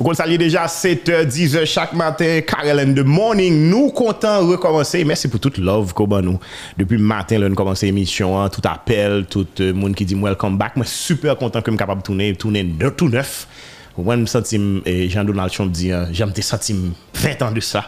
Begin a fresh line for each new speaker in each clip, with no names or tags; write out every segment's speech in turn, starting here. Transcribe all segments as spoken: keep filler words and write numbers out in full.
On salue déjà sept heures, dix heures chaque matin, Karel in the morning. Nous comptons recommencer. Merci pour toute love qu'on nous. Depuis le matin, là, nous commençons l'émission, hein, tout appel, tout le euh, monde qui dit welcome back. Moi, super content que je suis capable de tourner, tourner tout neuf. Moi, je me sens, et Jean-Donald Trump dit, hein, j'aime te sentir vingt ans de ça.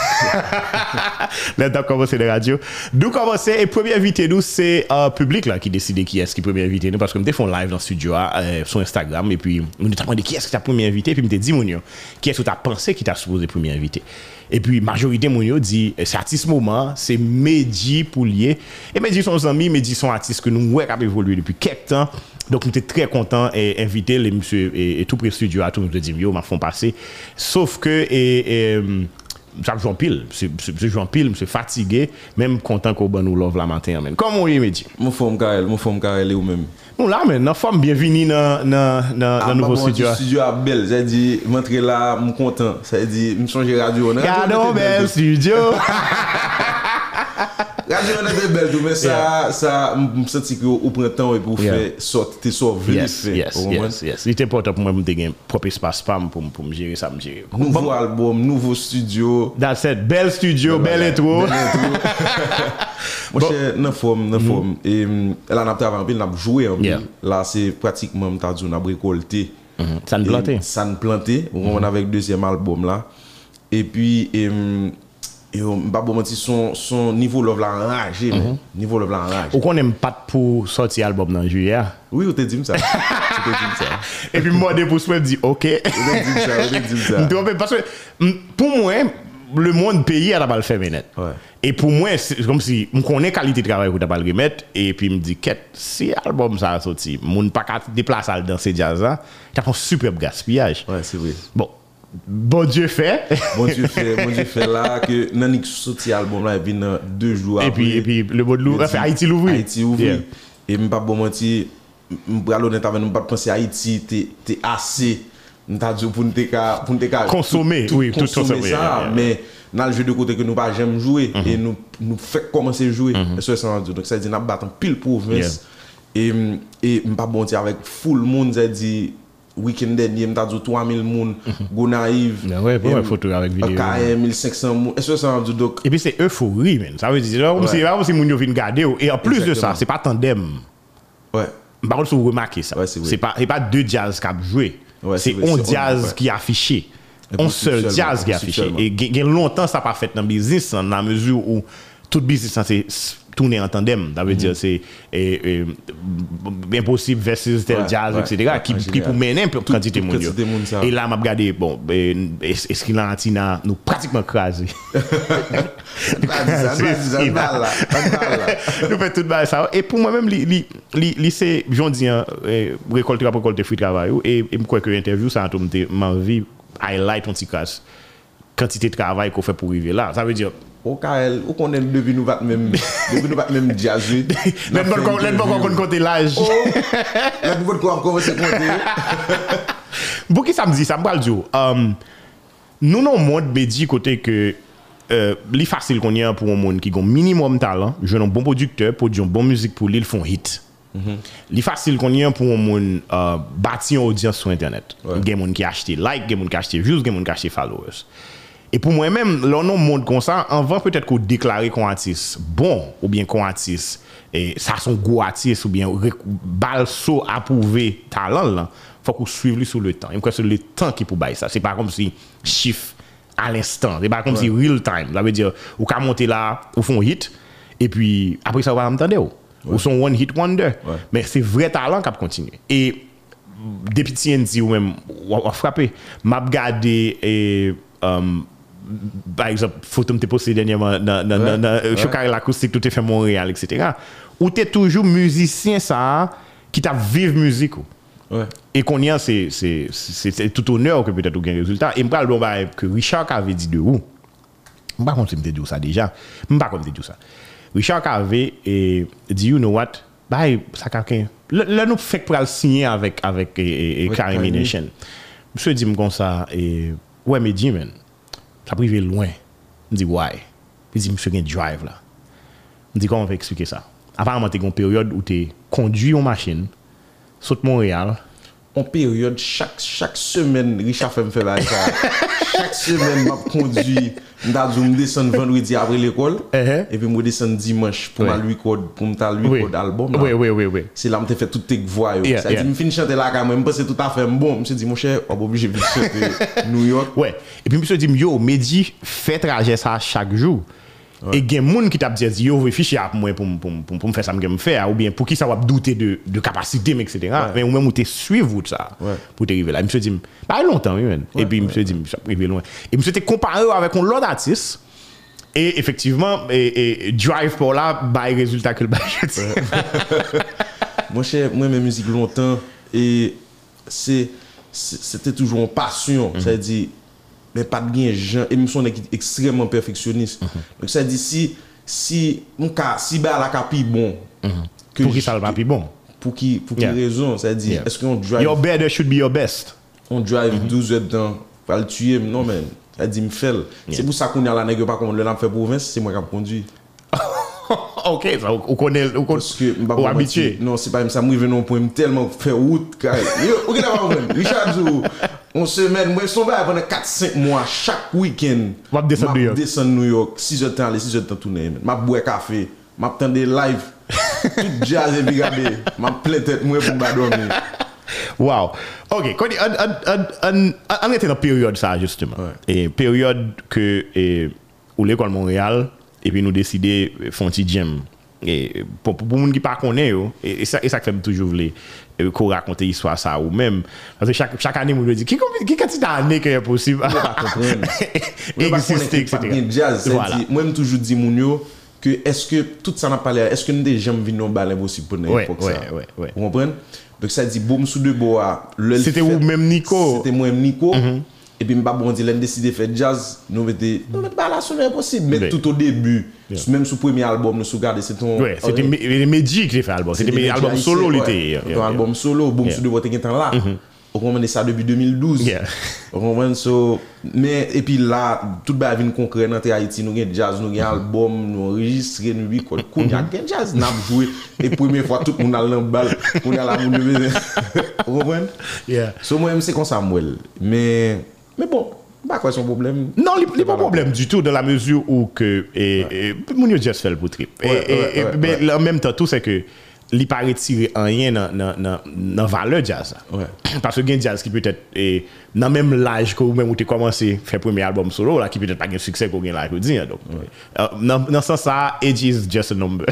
Là, on commence la radio. Nous commençons, et premier invité, nous, c'est le euh, public là, qui décide qui est-ce qui est premier invité. Nous, parce que nous avons fait un live dans le studio, euh, sur Instagram, et puis nous avons demandé qui est-ce qui est premier invité, et puis nous avons dit, Mounio, qui est-ce que tu as pensé qui t'a supposé premier invité. Et puis, majorité, Mounio dit, c'est artiste moment, c'est Mehdi Poulier. Et Mehdi sont amis, Mehdi sont artistes que nous, ouais, qui évolué depuis quelques temps. Donc, nous sommes très contents d'inviter les monsieur et, et tout près studio à tout, nous te disons, yo, m'a font passer. Sauf que, et, et, ça joue en pile, je joue en pile, je suis fatigué, même content qu'on nous love la matin. Comment on y dit?
Mon forme Karel, mon forme Karel ou même.
Bon là, mais non, forme bienvenue dans dans dans le nouveau studio.
Le studio à belle, j'ai dit, m'entrer là, je suis content. Ça dit, me changer radio.
Gardons bel studio.
Radio on est belle, mais ça, ça, me senti que au printemps et pour faire sortir, t'es sorti,
yes, yes, yes, yes. Il était important pour moi de gagner propre espace pour pour pour me gérer ça, me gérer.
Nouveau album, nouveau studio.
That's it, bel studio, belle intro.
Moi j'ai une forme, une forme. Et là on a travaillé, on a joué un peu. Là c'est pratiquement m'ta dit on a récolté.
Ça ne planté.
Ça ne planté. On avec deuxième album là. Et puis et bah bon mentir son son niveau love là enragé mm-hmm. niveau love là enragé.
Ou qu'on aime pas pour sortir album dans juillet.
Oui, on te dit ça. On te dit ça.
Et puis moi des pour me dit OK.
On te dit ça, on te dit ça.
Parce que pour moi le monde pays a pas le faire net.
Ouais.
Et pour moi c'est comme si on connaît qualité de travail que tu pas le remettre et puis me dit quête si album ça a sorti, mon pas déplacer dans ces jazz là, tu as un superbe gaspillage.
Ouais, c'est vrai.
Bon Bon Dieu fait.
Bon Dieu fait, bon Dieu fait là que Nanik sorti album là et puis deux jours
et
après.
Puis et puis le mot de l'ouvre, enfin Haïti l'ouvre.
Haïti ouvre. Yeah. Et m'pas bon mentir, m'pa honnête avec nous pas penser Haïti t'es t'es assez m'ta dit pour nous pour nous
consommer, oui, tout consommer
ça,
yeah, yeah.
Mais dans le jeu de côté que nous pas jamais jouer mm-hmm. et nous nous fait commencer à jouer mm-hmm. soixante-deux. Donc ça dit n'a battre pile province yeah. et et m'pas bon mentir avec full monde ça dit week-end dernier m'ta dit trois mille monde go naïve
ouais ouais photo avec vidéo
K M mille cinq cents monde et soixante-deux donc
et puis c'est euphorie man ça veut dire comme si là si moun yo vinn garder et en plus de ça c'est pas tandem
ouais
par contre vous remarquez ça
ouais,
c'est pas c'est pas deux jazz qui a joué
ouais,
c'est un jazz ouais. qui a affiché un seul jazz qui a affiché et il y a longtemps ça pas fait dans business dans la mesure où tout business c'est tourner en tandem, ça veut mm-hmm. dire c'est eh, eh, impossible versus tel ouais, jazz, ouais, et cetera, ouais, qui, qui pour mener un peu de quantité mondiale. Et là, m'a regardé, bon, est-ce qu'il a nous pratiquement crasé. Nous faisons tout ça. Et pour moi-même, c'est, j'en dis, récolter après récolter fruit travail. Et je crois que l'interview, ça a m'a envie, highlight un petit casse, quantité de travail qu'on fait pour arriver là. Ça veut dire,
au Karel, ou qu'on aime depuis nous pas même depuis nous pas même jazz.
L'aide pas l'aide pas qu'on compte l'âge.
L'aide pas qu'on commence à compter.
Pour qui ça me dit ça me parle du um nous non monde Mehdi côté que euh li facile qu'on y a pour un monde qui a un minimum talent, je un bon producteur, produire bon musique pour lui, ils font hit. Mm-hmm. Li facile qu'on y a pour un monde euh bâtir une audience sur internet. Il y a monde qui acheter like, il y a monde qui acheter views, il y a monde qui acheter followers. Et pour moi-même, là, on monde comme ça, avant peut-être qu'on déclare qu'on artiste bon, ou bien qu'on artiste, et ça son gros artiste, ou bien balso approuvé talent, là, faut qu'on suive lui sur le temps. Et moi, c'est le temps qui pour bailler ça. C'est pas comme si chiffre à l'instant. C'est pas comme ouais. si real time. Ça veut dire, ou qu'à monter là, ou font hit, et puis après ça, on va m'entendre. Ouais. Ou son one hit wonder. Ouais. Mais c'est vrai talent qui a continué. Et depuis T N T, ou même, on a frappé. M'a regardé, et, um, par exemple, photo m'te posté dernièrement dans dans ouais, dans ouais. Choc l'acoustique tout est fait Montréal et cetera. Où t'es toujours musicien ça qui t'a vivre musique.
Ouais.
Et qu'on y a c'est c'est c'est tout honneur que peut-être au gain résultat et me parle bon bah que Richard avait dit de où. Je pas contre me dire ça déjà. Je pas contre dire ça. Richard avait et dit you know what? Bah ça quelqu'un là nous fait pour signer avec avec et, et Karim Nation. Monsieur dit me comme ça et ouais mais dit man ça privé loin. Je dis why. Il dit monsieur gain drive là. Je dis comment on va expliquer ça. Apparemment tu as une période où tu conduis une machine saute Montréal
en période, chaque, chaque semaine, Richard fait me faire ça. Chaque semaine, m'a conduit, je descends vendredi après l'école,
Uh-huh.
et puis je descends dimanche pour
Ouais.
ma record, pour me faire
Oui.
record album. là.
Oui, oui, oui, oui.
C'est là que je fait toutes tes voix. yo.
Yeah,
Ça
yeah.
dit, je finis chanter là quand même, parce que c'est tout à fait bon. Je me suis dit, mon cher, on va obligé de chanter New York.
Ouais. Et puis, monsieur dit, yo, Mehdi fait trajet ça chaque jour. Et il y a des gens qui t'a dit, yo, vous fichiez à moi pour pour pour pour me faire ça me faire ou bien pour qui ça va douter de de capacité et cetera. Mais ou même ou te suivre ça
Ouais.
pour te arriver là. Monsieur dit, pas longtemps, oui, man. Et puis monsieur dit, ça arrivé loin. Et monsieur te comparé avec un autre artiste. Et effectivement, et, et Drive pour là, bah, résultat que le bail.
Mon cher, moi, mes musiques longtemps, et c'est, c'est- c'était toujours une passion. C'est-à-dire, mais pas de bien, gens, et je suis extrêmement perfectionniste. Donc, ça dit, si, si, mon cas, si bah, la capi bon, que
Pour qui
je-
ça le va plus bon.
pour qui, pour
Yeah.
qui raison, c'est-à-dire,
Yeah.
est-ce qu'on drive,
Your better should be your best.
on drive douze heures de temps, pour le tuer, non, mais, ça dit, me fait. C'est pour ça qu'on est à la nègre, pas comme le l'a fait province, c'est moi qui ai conduit.
OK, ça, on connaît, on connaît,
Parce que m'pa
on
pas
habitué.
mentir. Non, c'est pas même ça. Moi, je vais point tellement faire route. car- Yo, ok, là, on va Richard Zou, on semaine, moi, son bail pendant quatre cinq mois, chaque week-end.
On va descendre
m'a
New York.
descendre New York, six heures de temps aller, six heures de temps tourner. M'a boire café, m'a attendre des live, tout jazz et puis regarder. M'a plein tête, moi, pour me dormir.
Wow. OK. Quand on, on, on, on, on était dans une période ça, justement.
Ouais.
Et période que, et, où l'école Montréal, et puis nous décider de faire un petit jam. Et pour pour les gens qui ne connaissent pas, et, et ça, et ça fait toujours voulez qu'on raconte l'histoire ça ou même. Parce que chaque, chaque année, on me dit, qui qui quantité d'années que c'est possible
pas comprendre. Moi, par contre,
exister, et
pas
cetera.
bien jazz, c'est
Voilà.
dit, moi, je toujours dit, mon yo, que est-ce que tout ça n'a pas l'air, est-ce que nous déjà venus dans balle impossible pour
Ouais,
l'époque
ouais,
ça?
ouais, ouais.
Vous comprenez? Donc ça dit, boum, sous deux bois, le
C'était
fait-
vous même Nico.
C'était moi même Nico. Et puis, m'ba bon, dit, l'on décidé de faire jazz, nous mettons, nous mettons pas la sonne impossible, mais
Ouais.
tout au début, même sous le premier album, nous regardez, c'est ton.
Ouais, c'était les Mehdi qui fait album. C'était mes albums solo, l'été.
Ton album solo, boum,
Yeah.
sous deux bois, t'es temps là. On comprend ça depuis deux mille douze.
Yeah.
On comprend so, mais et puis là tout ba vinn concret dans Haïti, nous gen jazz, nous gen album, nous enregistrer, nous record, qu'on y a gen jazz, n'a joué et première fois tout le monde a l'embal, on a la moun lever. Vous comprenez?
Yeah.
So moi même c'est comme ça moi. Mais mais bon, pas quoi son problème.
Non, il n'y a pas de problème du tout dans la mesure où que et, et, mon yo just fait le trip. Et,
Ouais,
et,
ouais,
et-
ouais,
mais
ouais.
en même temps tout c'est que il pas retirer rien dans dans dans dans valeur jazz.
Ouais.
Parce que gen jazz qui peut-être et dans même l'âge que ou même où tu commencé faire premier album solo là qui peut-être pas gain succès qu'on gain là je dis donc. euh, Dans dans ce sens ça age is just a number.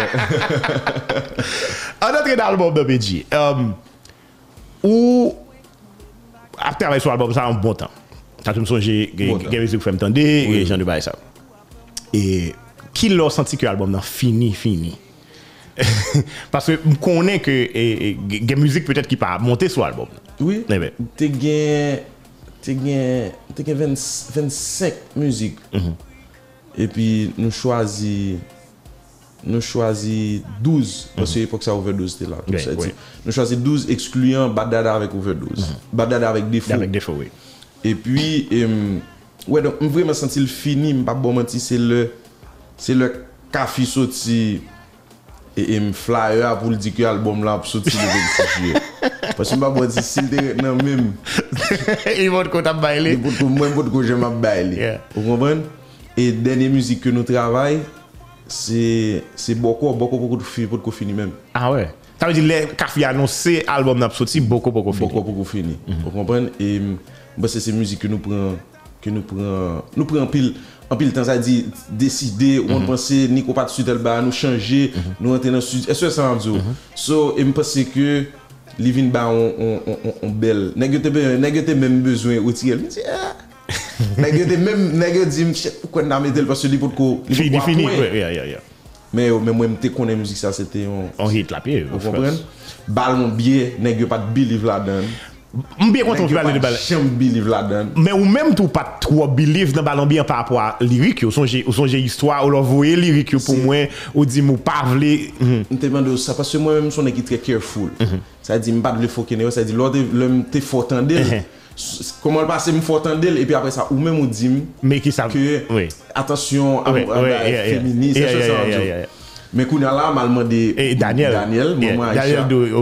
Un autre album de B G. Um, ou après travailler sur l'album ça en bon temps. Ça tu me songe
Bon temps.
gen musique fait m'tendre et j'en de bail ça. Et qui l'a senti que l'album nan fini fini. Parce que je connais que et, et, gen musique peut-être qui pas monter sur l'album.
Oui.
Eh ben.
T'es gen t'es gen t'es gen vingt, vingt-cinq musiques. Et puis nous choisi nous choisi douze parce que l'époque ça overdose c'était là.
Ouais,
Ça dit,
ouais.
Nous choisi douze excluant Badada avec overdose. Badada avec défaut.
Avec des fois oui.
Et puis euh, ouais donc je vraiment senti le fini, m'pas bon mentir, c'est le c'est le café sorti et, et me flyer pour le dire que l'album là sorti le vingt-six juillet. Parce que m'pas bon dire s'il était non même
Ils vont te compter
et
bailler.
pour que moi pour que j'aime bailler.
Yeah.
Vous comprenez? Et dernière musique que nous travaillons c'est c'est beaucoup beaucoup beaucoup de filles pour qu'on finisse même.
Ah ouais. Ça veut dire les café annoncé album n'a sorti beaucoup beaucoup fini.
Beaucoup beaucoup fini. Vous comprenez? Et bah c'est ces musiques que nous prenons que nous prenons nous prenons pile en pile temps ça dit décider on penser Nico pas de suite elle ba nous changer nous entrer dans studio est-ce que ça veut dire so et me penser que living ba on on on, on belle nèg yo te be- nèg yo te même besoin outil elle me dit ah nèg yo te même nèg yo dit m'chè, pourquoi n'a mettre parce que li pour ko li
Fini
pour ko
fini.
apprendre.
Ouais, yeah, yeah, yeah.
mais mais moi me connais musique ça c'était on
On hit la pied.
vous comprenez bal mon billet nèg yo pas de believe là-dedans
Je bien content
nèg
de
yo
parler de
pas
balle.
jamais believe là-dedans.
Mais ou même tout pas trop believe dans ballon bien par rapport à lyrique, ou songe ou songe histoire ou leur voyer lyrique pour
C'est-
moi ou dit mou pas vle. Mhm.
Je te demande ça parce que moi-même, je suis très careful. Ça dit, je ne pas de le faut qu'il ça dit, l'autre, l'homme, t'es fort tendre.
Mhm.
Comment le passer, me fort tendre, et puis après ça, ou même, on dit
Mais qui ça
que,
oui.
attention, à
Oui,
à-
oui,
à-
yeah, yeah.
féministe,
Yeah,
c'est
yeah,
ça,
yeah,
on dit.
yeah, yeah.
Mais qu'on a là, mal demandé
Et Daniel.
Daniel,
Yeah,
maman
Daniel
Aïcha.
do OK.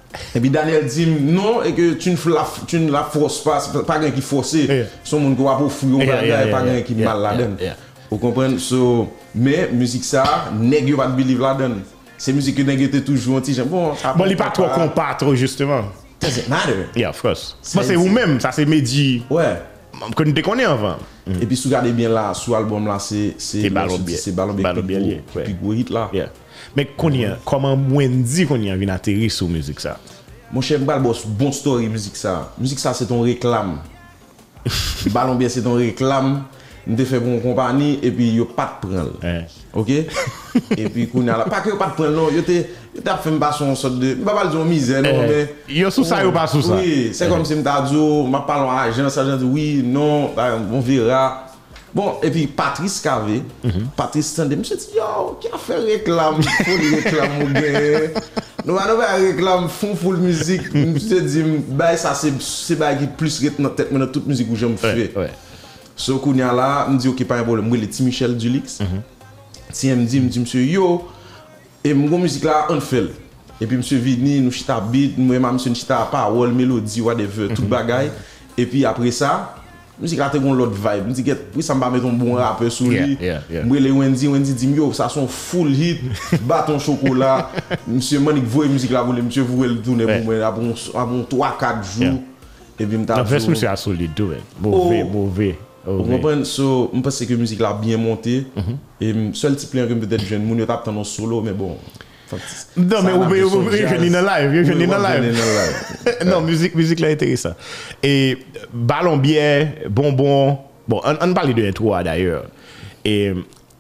Et puis Daniel dit non, et que tu ne la, tu ne la forces pas, c'est pas quelqu'un qui force,
Yeah.
son monde qui va pour fouiller,
Yeah, yeah,
pas
yeah,
quelqu'un qui
yeah,
mal la
yeah,
donne.
yeah.
Vous comprenez? So, mais musique ça, nèg yo pas de believe la donne. C'est musique que nèg était toujours un petit genre bon, ça
Bon, il pas trop compas trop justement.
Doesn't matter.
Yeah, of course.
Ça,
Bon, c'est
c'est-
vous-même, ça c'est Medji.
Ouais.
Que nous te connaissons avant.
Et puis si vous regardez bien là, sur l'album là, c'est c'est
C'est Ballon Biel.
c'est Ballon Biel
Ballon
qui
Biel,
gros-
yeah, ouais.
qui gros hit là.
Yeah. Mais qu'on y a, comment moi dit qu'on y a vient atterrir sur musique ça?
Mon cher Mbal boss, bon story musique ça. Musique ça c'est ton réclame. Ballon Biel c'est ton réclame. Nous te fait bon compagnie et puis yo pas de prendre.
Ouais.
OK? Et puis qu'on a là pas que yo pas de prendre non, yo te yo t'a fait pas son sorte de pas pas dire misère non mais
Yo sous ça, yo pas sous ça.
Oui, c'est comme si m't'a dit m'a parlé à agent ça dit oui, non, on verra. Bon, et puis Patrice Cavé, Patrice Tande, monsieur dit yo, qui a fait réclame, faut le réclame mon gars. Nous allons faire réclame fond full musique, monsieur dit bah ça c'est c'est bah qui plus rete dans tête dans toute musique où j'aime faire.
Ouais, ouais.
So kounya là, me dit OK pas un problème, moi le petit Michel Dulix. Si me dit me dit monsieur yo et mon musique là on fait. Et puis monsieur Vini nous chita beat, moi même monsieur chita parole, mélodie whatever, tout bagaille. Et puis après ça, musique là te gon l'autre vibe. Me dit que oui ça m'a mettre un bon rappeur sur
Yeah,
lui.
yeah, yeah.
Moi les Wendy, Wendy dit yo ça son full hit, bâton chocolat. Monsieur Monique voye musique là voulait monsieur voulait le tourner
Ouais.
pour moi à bon à bon trois quatre jours.
Yeah.
Et puis
La
m'ta
verse monsieur a solide tout. Mauvais,
Oh.
mauvais.
vous comprenez? So, je pense que la musique là bien montée. Et le seul petit plan que peut-être jeune, moun yo tap tan en solo, mais bon.
Non, mais vous pouvez vous pouvez jeune dans live, jeune dans live.
live.
Non, musique musique là intéressant. Et Ballon Biel, Bonbon, bon, on, on parle de intro d'ailleurs. Et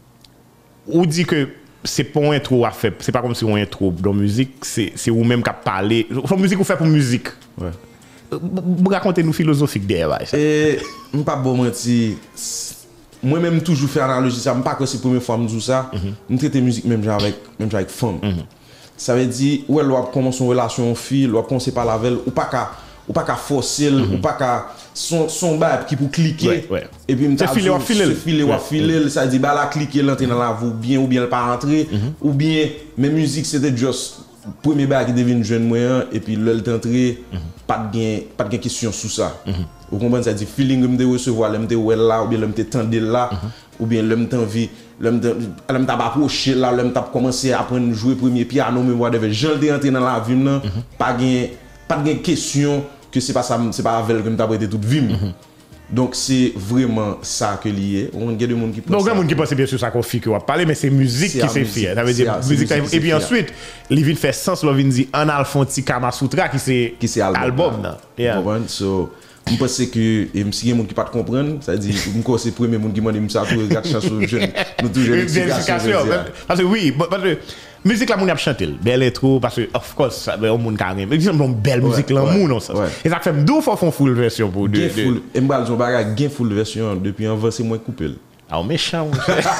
on dit que c'est pas un intro à faire, c'est pas comme si on intro dans musique, c'est c'est vous même qui parler. La musique vous fait pour musique.
Ouais.
Vous racontez-nous philosophique derrière ça.
Et je ne pas bon mentir. Moi-même, toujours faire analogie, ça ne pas que c'est la première fois que je dis ça. Je traite musique même genre avec même genre avec femme. Ça veut dire, ouais, l'on commence une relation fille, l'on commence par la veille, ou pas qu'à ou pas qu'à forcer, ou pas qu'à son son bab qui pour cliquer.
Ouais, ouais.
Et puis
C'est filer ou filer.
C'est filer ou
Ouais.
filer, ça dit bah la cliquer l'entrer dans la vous bien ou bien pas rentrer ou bien mes musiques c'était juste premier bag qui devient jeune moyen et puis l'elle t'entrer pas de gain pas de gain question sous ça. Vous comprenez ça dit feeling me de recevoir l'aime te ouais là ou bien l'aime te tendre là ou bien l'aime t'envie l'aime l'aime t'a approcher là l'aime t'a commencer à apprendre jouer premier piano mais whatever j'en de rentrer dans la vie là pas gain pas de gain question que c'est pas ça c'est pas avec que m't'a prêté toute vie. Donc c'est vraiment ça que lié. On a des gens qui pensent.
Donc, il y a des gens qui pensent bien sûr ça qu'on fait qu'on va parler, mais c'est musique
C'est
qui
la
c'est
musique.
fait. Ça veut dire
C'est la-
musique.
c'est musique qui
Et puis
c'est
ensuite, les villes fait sens, l'on vient dire en Alfonti Kama Sutra qui c'est
qui c'est album.
album.
là.
là. Yeah.
Vous comprenez? So, je pense que et si il y a des gens qui pas comprendre, ça dit moi c'est le premier monde qui m'a dit ça pour regarder chance aux jeunes. Nous toujours
Une
l'explication.
vérification. Parce que oui, parce que musique là, moun a chanté, belle intro, parce que of course, ça va au monde carré. Mais disons une belle musique là,
ouais,
moun non ça.
ouais.
Et ça fait deux fois font full version pour deux.
Gain full et m'bal son bagage gain full version depuis avant c'est moins coupé.
Ah méchant. mon cher.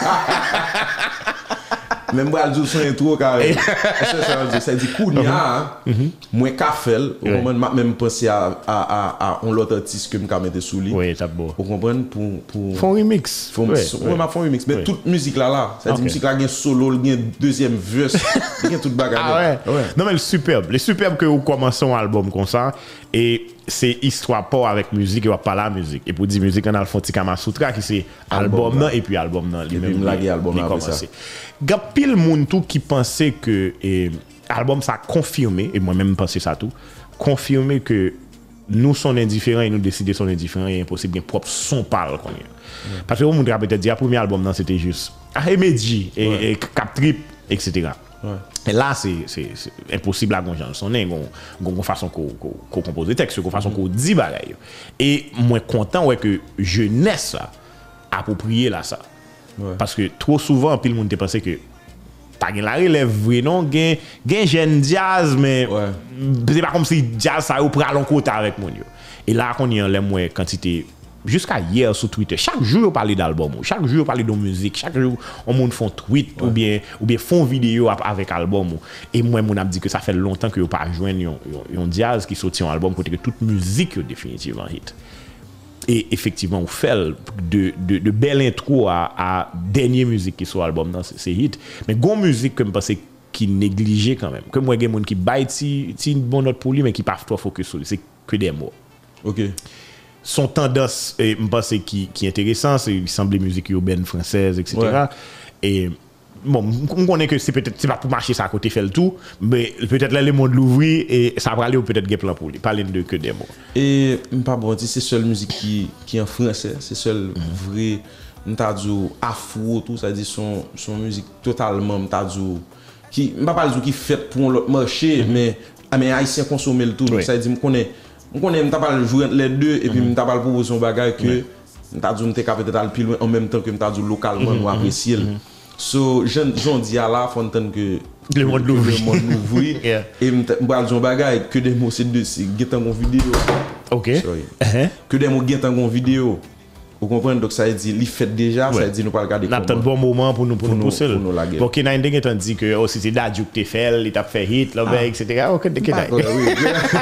Même m'bal son son intro carré. Ça ça dit kounya moins kafel, au moment m'a même pensé à à à un autre artiste que m'ka mettre sous lui.
Oui, ça beau.
Vous comprenez pour pour
Font remix.
Font,
Ouais,
ouais,
ouais.
m'a fait un remix, mais
Ouais.
toute musique là là, c'est-à-dire
Ok.
musique là gain solo, gain deuxième verse, gain toute bagarre.
Ah ouais. Non mais le superbe, le superbe que vous commencez un album comme ça et c'est histoire pas avec musique et pas la musique. Et pour dire musique on a le Fonti Kama Sutra qui c'est album
Album,
nan et puis album nan
puis
lui-même.
me laguer album
li
après
commencé.
ça.
Gap pile moun tout qui pensait que et, album ça confirmé et moi-même pensé ça tout, confirmé que nous sommes indifférents et nous décider sont indifférents et impossible bien propre son parle qu'on est. Parce que vous m'avez peut-être dit le premier album non c'était juste ah Medji et,
Ouais.
et Cap Trip et cetera.
Ouais.
Et là, c'est c'est- c'est impossible à gonjan son nez, gon façon qu'on qu'on qu'on compose des textes, qu'on façon qu'on dit bagaille. Et moi content ouais que jeunesse là, approprié là ça.
Ouais.
Parce que trop souvent pile monde te pensé que pas gen la relève vrai non, gen gen jeune jazz mais
Ouais.
c'est pas comme si jazz ça ou pral en quota avec mon yo. Et là qu'on y en l'aime ouais quantité jusqu'à hier sur Twitter, chaque jour on parlait d'album, chaque jour on parlait de musique, chaque jour on monde font tweet ou bien ou bien font vidéo ap- avec album. Et moi mon a dit que ça fait longtemps que yo pas joindre un jazz qui sorti un album côté que toute musique est définitivement hit. Et effectivement, on fait de, de, de belles intros à, à dernière musique qui soit album, non, c'est c'est hit. Mais gon musique que je pense qui négligé quand même. Que moi, il y a des gens qui baillent si une bonne note pour lui, mais qui pas trop focus sur lui. C'est que des mots.
Ok.
Son tendance, je pense, qui, qui est intéressant, c'est il semble musique urbaine française, et cetera. Ouais. Et bon, on connaît que c'est peut-être c'est pas pour marcher ça à côté, faire le tout, mais peut-être là, les mondes l'ouvrir et ça va aller ou peut-être des plans pour lui. Parler de que des mots.
Et, pas bon, c'est seule musique qui, qui est en français, c'est seule mm-hmm. vraie. M'ta dit afro tout ça dit son son musique totalement m'ta dit qui m'pa pas dire qui fait pour l'autre marché mm-hmm. mais mais haïtien consommer le tout donc oui. Ça dit me connaît me connaît m'ta pas jouer les deux et puis m'ta pas proposer un bagage que m'ta dit m'ta capable d'aller plus loin en même temps que m'ta dit localement nous apprécier so jeune j'en dis à la fontaine que
le monde l'ouvre
le monde l'ouvre et m'ta dit un bagage que des mots c'est deux c'est guetan en vidéo
OK
uh-huh. Que des mots guetan en vidéo. Vous comprenez donc ça veut dire il fait déjà ouais. Ça veut dire nous pas regarder
comment. On a un bon moment pour nous pour, pour nous pousser.
Pour nous la guerre.
Bon qu'il y a un dingue dit que oh si c'est Dadju que tu fait, il t'a fait hit là ah. et cetera. OK que
d'accord oui.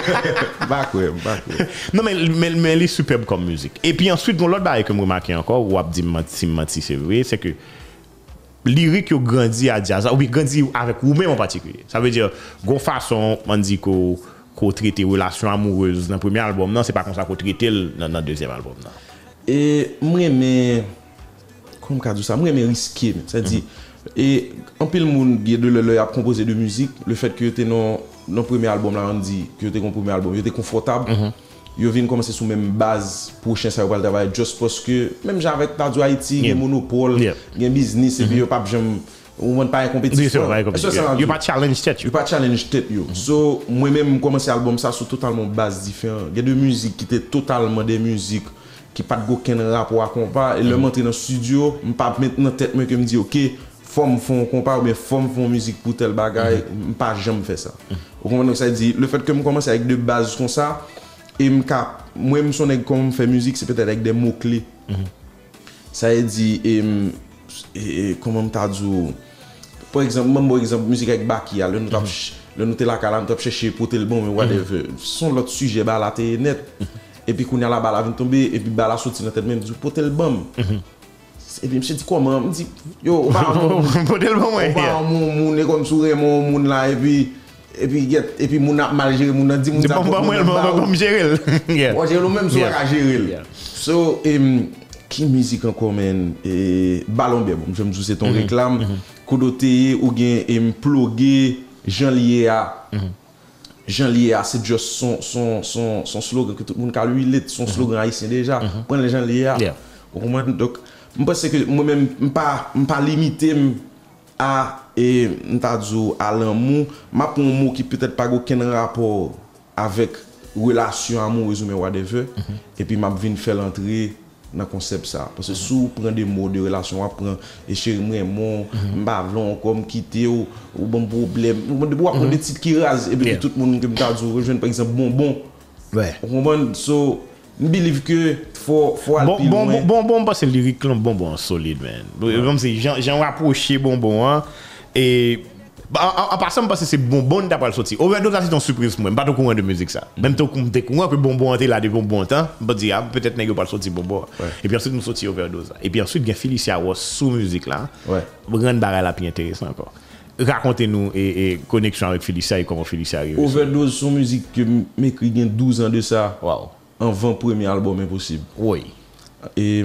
Back ouais, back ouais.
Non mais mais mais elle est superbe comme musique. Et puis ensuite l'autre bail que me remarqué encore ou a dit menti menti c'est vrai, c'est que lyrique yo grandi à jazz, oui grandi avec ou même en particulier. Ça veut dire gon façon on dit qu'on qu'on traiter relation amoureuse dans le premier album non, c'est pas comme ça qu'on traiter dans le deuxième album non.
Et moi mais comment dire ça moi mais risqué c'est-à-dire mm-hmm. Et en pile monde qui de le a composé de musique le fait que tu dans dans premier album là on dit que tu ton premier album tu es confortable mm-hmm. Yo vinn commencer sous même base prochain ça va travailler juste parce que même j'avec Radio Haïti yeah. monopole yeah. Gen business mm-hmm. Et puis yo pas j'aime on pas en compétition
yo pas challenge tête
yo pas challenge tête yo so moi même commencer album ça sur totalement base différent il y a de musique qui était totalement des musiques qui pas de aucun rapport à compas et le monter dans studio me pas mettre dans tête moi que me dit OK forme font compas ou bien forme font musique pour tel bagaille me pas jamais faire ça vous comprenez ça dit le fait que me commencer avec de bases comme ça et me cap moi me sonner comme faire musique c'est peut-être avec des mots clés ça dit et, et comment me t'a dit par exemple même par exemple musique avec Baki le nous le nous la calme top chercher pour tel bon mais whatever son l'autre sujet bah là t'es net. Et puis quand il y a la balle vient tomber et puis balle sorti dans tête même du potel bam et puis me dit comment me dit yo
potel bam ouais
mon mon comme sourire mon mon là et puis et puis et puis mon a mal géré mon a dit mon
ça pas moi comme gérer
moi gérer même sur à gérer so qui musique encore men et ballon bien bon j'aime c'est ton réclame codoté ou bien et me pluguer Jean lié à Jean lié à c'est juste son son son son slogan que tout le monde a lui il son slogan haïtien déjà prendre les gens liés à donc je pense que moi même pas pas limité à et m'ta dit à l'amour m'a pour un mot qui peut-être pas aucun rapport avec relation amoureuse ou whatever et puis m'a vinn faire l'entrée dans concept ça parce que sous prend des mots de relation apprend et chéri moi mon m'pa vlon comme quitter ou bon problème de boire prendre des titres qui rase et puis tout le monde que m'ta dit rejoindre par exemple bonbon
ouais
on comprend so je believe que faut faut
bon bon bon bon parce que lyrique bonbon solide man comme c'est j'en rapproché bonbon hein et En, en passant parce que c'est bonbon d'après le sorti. Overdose c'est une surprise moi, pas de courant de musique ça. Même toi comme t'es courant que bonbon était là de bonbon temps, me dire ah, peut-être n'est pas le sorti bonbon. Ouais. Et puis ensuite nous sorti Overdose. Et puis ensuite il y a Felicia Ross sous musique là.
Ouais.
Grande barre là plus intéressant encore. Racontez-nous et, et connexion avec Felicia et comment Felicia arrive.
Overdose son musique que m'écrit il y a douze ans de ça.
Wow.
En vingt premier album impossible.
Oui.
Et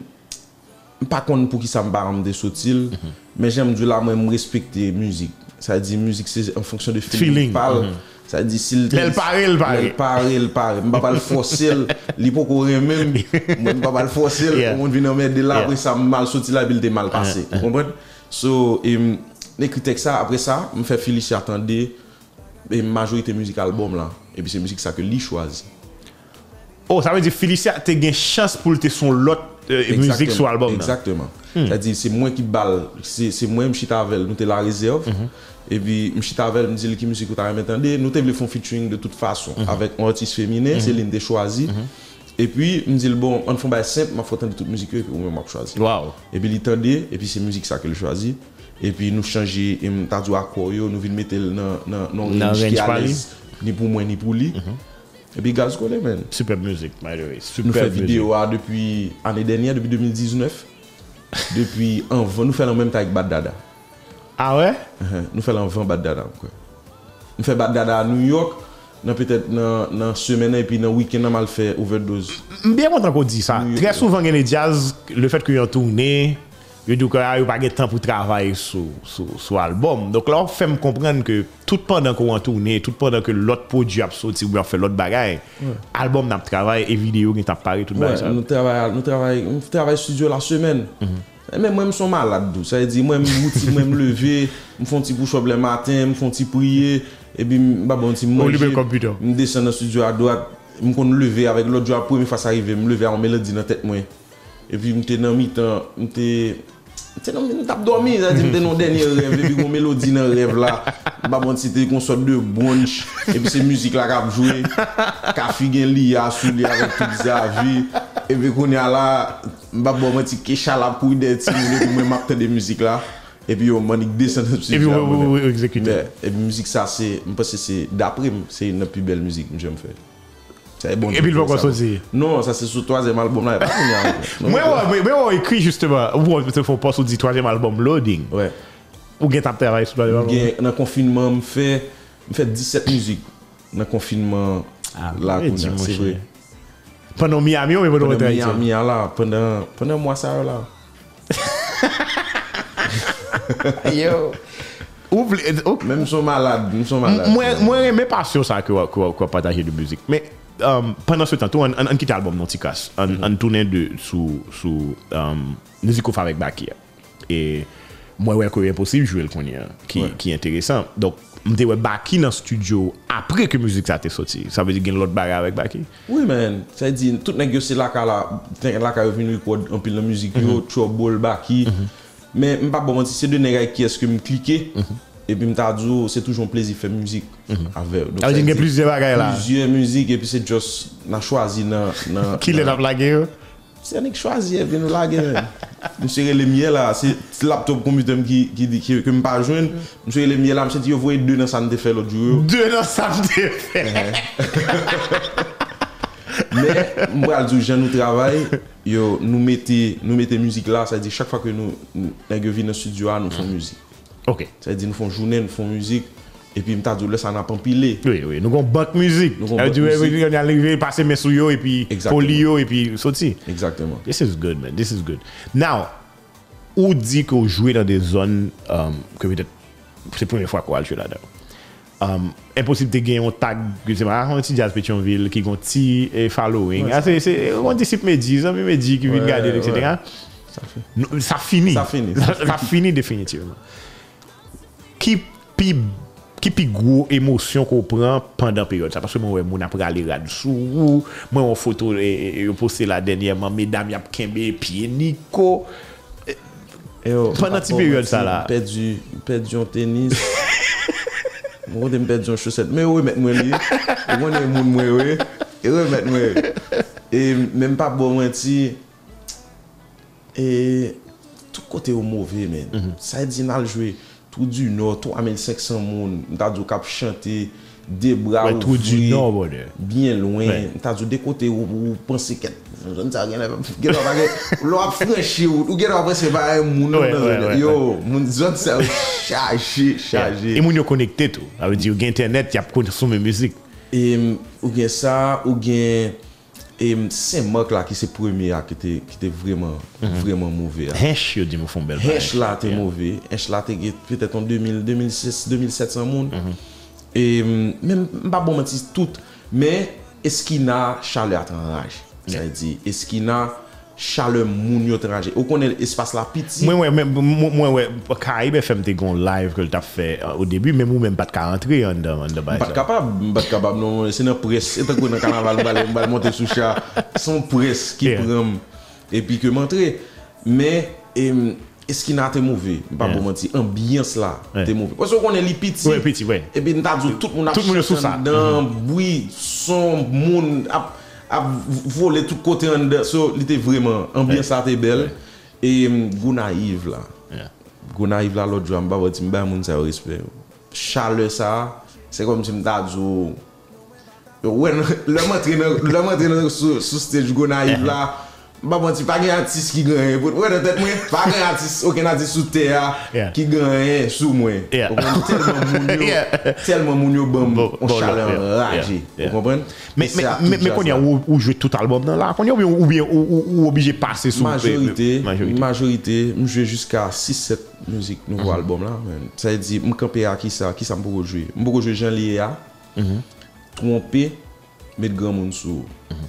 pas contre pour qui ça me parle de sortir, mais j'aime du là moi me respecter musique. Ça dit musique c'est en fonction de feeling,
feeling.
Parle mm-hmm. Ça dit s'il
elle parle elle parle
elle parle elle parle m'pa pas le forcer l'hypocoré même moi m'pa pas le forcer on vient mettre de là après ça mal sorti la ville mal passé vous comprenez so et l'écrit texte ça après ça me fait Felicia attendre et majorité musique album là et puis c'est musique ça que lui choisi.
Oh ça veut dire Felicia t'as une chance pour te son l'autre euh, musique sur album
exactement. Hmm. C'est-à-dire c'est moi qui balle c'est c'est moi m'chita avec nous t'es la réserve mm-hmm. Et puis m'chita avec me dit qui musique tu as m'entendé nous t'es voulu faire featuring de toute façon mm-hmm. Avec un artiste féminin mm-hmm. Céline t'es choisi mm-hmm. Et puis me dit bon on fait bail simple m'a faut entendre toute musique et puis moi m'a choisi.
Wow.
Et puis il tendait et puis c'est musique ça que le choisi et puis nous changer et m'ta dit accord yo nous vinn mettre dans dans non range qui à l'aise ni pour moi ni pour lui. Et puis gaz collé man.
Super musique by the way. Super
nous fait vidéo depuis année dernière depuis deux mille dix-neuf. Depuis en nous faisons en même temps avec Bad Dada.
Ah ouais?
Uh-huh. Nous faisons vingt Bad Dada. Quoi. Nous faisons Bad Dada à New York, peut-être dans la semaine et puis dans le week-end, on a fait overdose.
Bien content qu'on dit ça. Très souvent, dans les jazz, le fait qu'ils ont tourné, ils disent qu'il n'y a pas de temps pour travailler sur l'album. Donc là, on fait me comprendre que tout pendant qu'on a tourné, tout pendant que l'autre produit a sorti ou bien fait l'autre bagaille, l'album n'a pas travaillé et vidéo qui n'a pas parlé, tout
ouais, ça. Nous travaillons nous travaillons nous travaillons studio la semaine. Mm-hmm. Mais moi, je suis malade. Ça veut dire, moi, je me lever, je fais un petit push-up le matin, je fais un petit prier, et puis je bon petit manger. Je descends dans le studio à droite, je me lever avec l'autre jour, la première fois ça arrive, je me lever en mélodie dans la tête. Et puis, je suis dans le mi-temps, je suis Tu sais, je tape dormi, ça dit que mon dernier rêve, et puis mon mélodie dans le rêve là, bah bon, c'était qu'on sorte de brunch, et puis c'est musique là qui a joué, café gen li a sous li avec toute sa vie, et puis qu'on est là, bah bon, moi, petit kécha là pour aider, si vous voulez, pour moi, m'acter de musique là, et puis on m'a dit descend de
musique. Et puis vous exécutez.
Et puis musique ça, c'est, je pense que c'est, d'après, c'est une plus belle musique que j'aime faire. Bon,
et puis il va quoi sortir?
Non, ça c'est sur le troisième album là.
Moi, on écrit justement, il faut pas sur le troisième album Loading.
Ouais.
Ou bien tu travaillé sur le troisième album?
Dans le confinement, je fais, fais dix-sept musiques. Dans le confinement,
ah,
là, c'est vrai.
Pendant Miami ou pendant
Pendant Miami là, pendant pendant moi ça là.
Yo.
Même sont malades, nous sommes malades.
Moi, moi, je pas sûr ça que qu'on partager de musique. Mais um, pendant ce temps, on on quitte l'album Nonticas, on on tournait de sous sous um, musique avec Baki. Et moi, ouais, que impossible jouer le connaît, qui ouais. qui est intéressant. Donc, m'était ouais Baki dans le studio après que musique ça était sorti. Ça veut dire qu'il y a l'autre bagarre avec Baki.
Oui, man. Ça veut dire tout nèg c'est là là, là qu'a venu record en pile de musique yo, Trouble Baki. Mais m'pas bon mentir, c'est deux nèg qui est-ce que me cliquer et puis m'ta dit c'est toujours un plaisir faire musique avec. Donc
il y a plusieurs bagages là.
Plusieurs musiques et puis c'est juste n'a choisi dans dans
qui l'a blagué.
C'est un choisi et puis nous laguer. Monsieur les miens là, c'est laptop computer qui qui dit que me pas joindre. Monsieur les miens là, monsieur dit vous voyez deux dans ça me fait l'autre jour.
Deux dans ça me fait.
Mais moi je dis nous travail yo nous mettez nous mettez musique là, ça veut dire chaque fois que nous nèg vient dans studio nous faisons musique.
OK.
Ça veut dire nous faisons journée, nous faisons musique et puis m'ta dit là ça n'a pas empilé.
Oui oui, nous avons banque musique. On est arrivé passer mes sous yo et puis polio et puis sorti.
Exactement.
This is good man, this is good. Now, ou dit que vous jouez dans des zones um, que peut-être c'est la première fois qu'on joue là-dedans. Um, impossible de gagner un tag, je sais pas, un petit jazz Pétionville qui a un petit following. Ouais, ah, c'est, c'est, on disciple Mehdi, ça Mehdi qui vient regarder, et cetera. Ouais. Ça, fait. ça finit.
Ça finit.
Ça, ça finit définitivement. Qui pi qui pi gros émotion qu'on prend pendant la période ça parce que moi mon après aller là-dessous moi en photo et poster la dernièrement mesdames y a kembe pied Nico pendant cette période ça là
perdu perdu en tennis. Moi, je me perds en chaussette. Mais oui, maintenant, je suis mon moi, oui. Et oui, maintenant. Et même pas bon, moi, si. Et tout côté au mauvais, man. Ça dit, on a joué tout du nord, trois mille cinq cents personnes. On a dit, on a chanté des bras.
Tout du nord,
bien loin. On a dit, des côtés où vous pensez que. Je ne sais rien. L'on a franchi, ou vous avez c'est pas un monde. Yo, mon zone c'est chargé, chargé.
Et mon yo connecté tout. Ça veut dire que internet, il y a consommer musique.
Et ou bien ça, ou bien et c'est Marc là qui c'est premier qui était qui était vraiment vraiment mauvais.
Hesh yo dit me font belle.
Hesh là était mauvais. Hesh là était peut-être en deux mille, deux mille six, deux mille sept cents monde. Et même pas bon mentir tout, mais Esquina chaleur enrage. Ça veut dire Esquina chaleur moun yo étranger. Ou connaît espace la petit.
Moi ouais moi ouais Caraïbe F M te gon live que t'a fait au début mais moi même pas de rentrer en dedans en dedans.
Pas capable, pas capable non, c'est dans presse, c'est dans le carnaval on va monter sous chat, son presse qui prend et puis que montrer. Mais Esquina était mauvais, pas pour mentir, ambiance là était mauvais. Parce qu'on est les petits.
Ouais, petit ouais.
Et puis t'as dit tout le monde a
tout le monde sous ça.
Dans bruit, son monde a volé tout côté en dedans. So, il était vraiment ambiance ça était belle et Gounaïve là. Gounaïve là l'autre jour, m'ba dit m'ba moun ça respect. Chaleur ça, c'est comme si m'ta dit ouais, le m'entraîneur, le m'entraîneur sur stage Gounaïve là. Bah bon, tu pas un artiste qui gagne. Ouais, de tête moi, pas un artiste, aucun artiste sous terre
Yeah.
qui gagne sous moi.
Yeah.
Tellement moun yo,
Yeah.
tellement moun yo bon,
Bon,
on
bon,
chaleur
yeah,
enragé.
yeah, yeah.
Vous comprenez?
Mais
Et c'est
mais
à
mais
tout
mais
jazz
qu'on y a
là.
ou, ou jouer tout album dans là, qu'on y a ou bien ou bien ou, ou, ou obligé de passer sous
Majorité,
majorité.
majorité, je joue jusqu'à six sept musiques nouveau album là. man. Ça veut dire, je camper à qui ça, qui ça me peut jouer. Je peux jouer Jean Léa, tromper, mettre grand monde sous.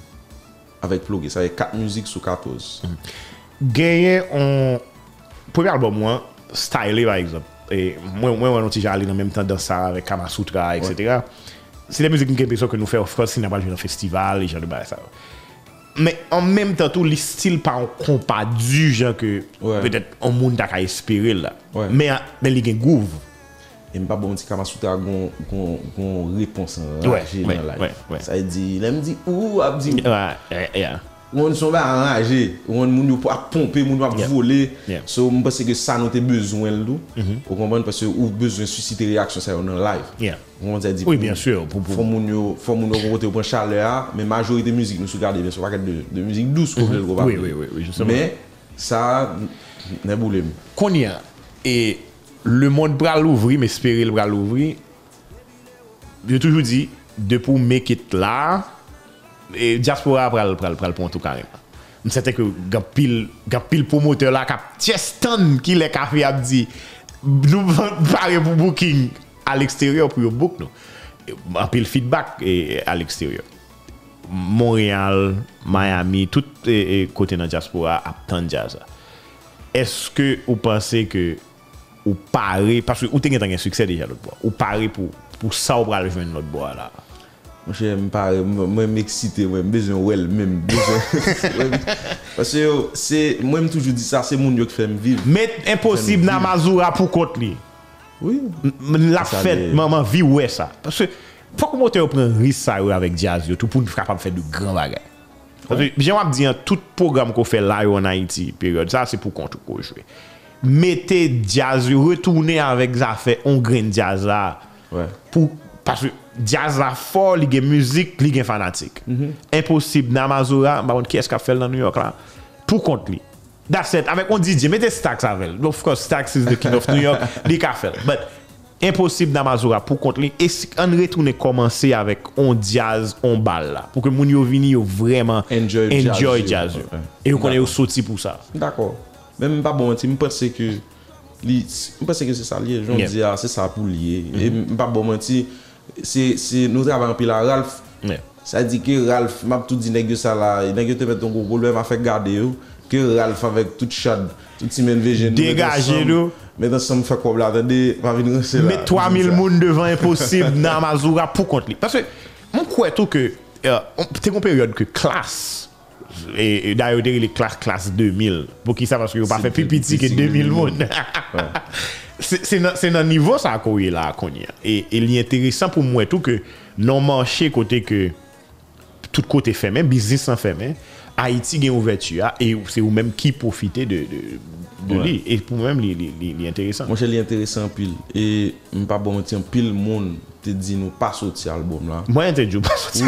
Avec plugé, ça fait quatre musiques sur quatorze.
Gagné on premier album moi stylé par exemple et moi moi on déjà allé en même temps dans ça avec Kamasutra et cetera. C'est des musiques qui l'impression que nous fait of course cinéma dans festival et genre de bail ça. Mais en même temps tout le style pas un compas du genre que
Ouais.
peut-être un monde t'a espérer là.
Ouais.
Mais mais il y a un groove.
Et je ne sais pas si Kamasutra a une réponse
Ouais,
enragée
ouais,
dans la live.
ouais, ouais.
Ça veut dire, il me dit, ouh, il me dit,
Ouais, ouais, yeah.
on sont pas enragés, on moun pas pomper, on va
Yeah.
voler.
Yeah.
So je pense que ça nous a besoin de nous. Vous comprenez parce que ou besoin de susciter réaction ça dans live.
Yeah.
On dit
Oui, bien sûr, pour- pour-
faut moun yo faut moun yo côté pour chaleur, mais majorité musique nous sous garder bien sûr pas de de musique douce qu'on veut
Oui, oui, oui, oui, justement.
Mais ça n'est boulé.
Qu'on y a et le monde bras l'ouvrir mais espérer le bras l'ouvrir. J'ai toujours dit de pour make it là et diaspora pral pral pral pour tout carrément. C'était que gap pile gap pile promoteur là cap Cheston qui les café a dit nous parler pour booking à l'extérieur pour yo book nous. En pile feedback et à l'extérieur. Montréal, Miami, tout et, et côté dans diaspora a tant jazz. Est-ce que vous pensez que ou paré parce que ou t'es un succès déjà l'autre bois ou paré pour pour ça ou pour joindre l'autre bois là.
Moi je me parle moi m'exciter moi besoin well même besoin parce que c'est moi me toujours dit ça c'est mon Dieu qui fait me vivre.
Mais impossible na Mazura pour compte li.
Oui.
M- La
Ça,
fête
les-
maman vie ouais ça parce que faut que moteur prend risque ça yo avec jazz yo tout pour nous capable faire de grands bagages. Parce que j'aime dire tout programme qu'on fait là en Haïti période ça c'est pour compte qu'on jouer. Mettez jazz yo retourner avec ça fait on grain jazz là.
Ouais.
Pour parce que jazz la fort, il y a musique, il y a fanatique. Impossible dans Mazura, bah qui est-ce qu'a fait dans New York là pour compte lui. That's it. Avec on D J, mettez Stax avec. Of course, Stax is the king of New York, il qu'a fait. But impossible dans Mazura pour compte lui et si on retourne commencer avec on jazz, on bal là pour que moun yo vini yo vraiment
Enjoy jazz,
enjoy
yo.
jazz. yo.
Ouais.
Et on connaît yo sorti pour ça.
D'accord. Même pas bon, je pense que li, je pense que c'est ça lié, j'en
Yeah.
dis ah, c'est ça pour lier. Et pas bon mentir, c'est c'est nous travaillons puis la Ralph.
Yeah.
Ça dit que Ralph m'a tout dit nèg ça là, nèg te met ton gros problème a fait garder yo que Ralph avec toute chad, toute semaine V G
Dégagez nous.
Mais ensemble fait quoi là, attendez, pas venir c'est là.
Mettre trois mille moun devant impossible dans Mazura pour compte li. Parce que mon croit tout que euh, c'est une période que classe et, et d'ailleurs les classes classe deux mille pour qui ça parce que vous pas fait plus petit que deux mille moun. C'est c'est dans- c'est dans niveau ça qu'on est là qu'on y a. Et et il est intéressant pour moi tout que non marché côté que tout côté fermé, business en fermé, Haïti gagne ouverture et c'est vous même qui profiter de de, de
Ouais.
lui et pour moi même il est intéressant.
Moi, je l'ai intéressant pile. Et je ne pas bon mentir, pile monde te dit nous pas sortir album là.
Moi je pas
Oui.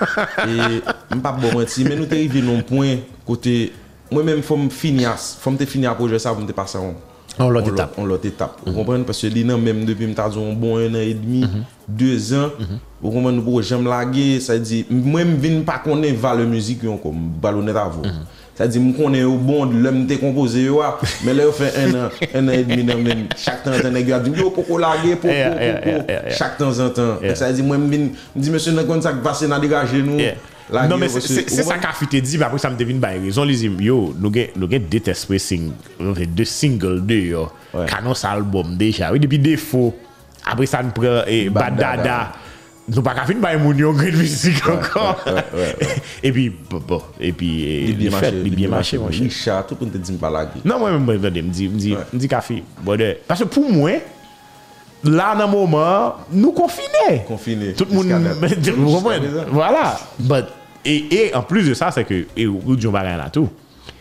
Et je ne pas bon mentir, mais nous t'es arrivé non point côté moi-même faut me finir, faut me te finir un projet ça, faut me te passer on.
On l'autre
on
étape.
On l'autre étape. Vous comprenez parce que li nan même depuis m'ta dit un bon un an et demi, deux ans, vous comprenez nous pour j'aime laguer, ça dit moi me vinn pas connaître valeur musique yon comme ballonnet à vous. Ça dit me connaît au bon l'homme te composé yo a, mais là yo fait un an, un an et demi nan même chaque temps en temps nèg yo a dit yo poko laguer pour
Yeah, yeah, yeah, yeah, yeah.
chaque temps en temps.
Yeah.
Ça dit moi me vinn me dit monsieur nan kon ça passer dans dégager nous.
Yeah.
laguer
Non mais
parce
c'est
que-
c'est ça qu'a fait dit mais après ça me devine ba raison les yo nous gen nous gen deux express sing deux singles de yo
Ouais.
canon ça album déjà oui depuis défaut après ça nous prend et
Bad Dada.
Badada nous pas qu'à fin ba moun yo grande musique encore
ouais, ouais, ouais.
et puis bon, bon et puis eh,
Il bien
fait,
marché,
il bien marché mon cher.
Richard tout pour te dire pas laguer.
Non, moi, même, je me dis, me dis,
Ouais.
me dis café. Bon, de- parce que pour moi, là, dans le moment, nous confinés.
Confiné.
Tout le monde.
Jusqu'à date.
Vous comprenez?
Jusqu'à présent.
Voilà. But, et, et en plus de ça, c'est que, et ou John Baran là tout,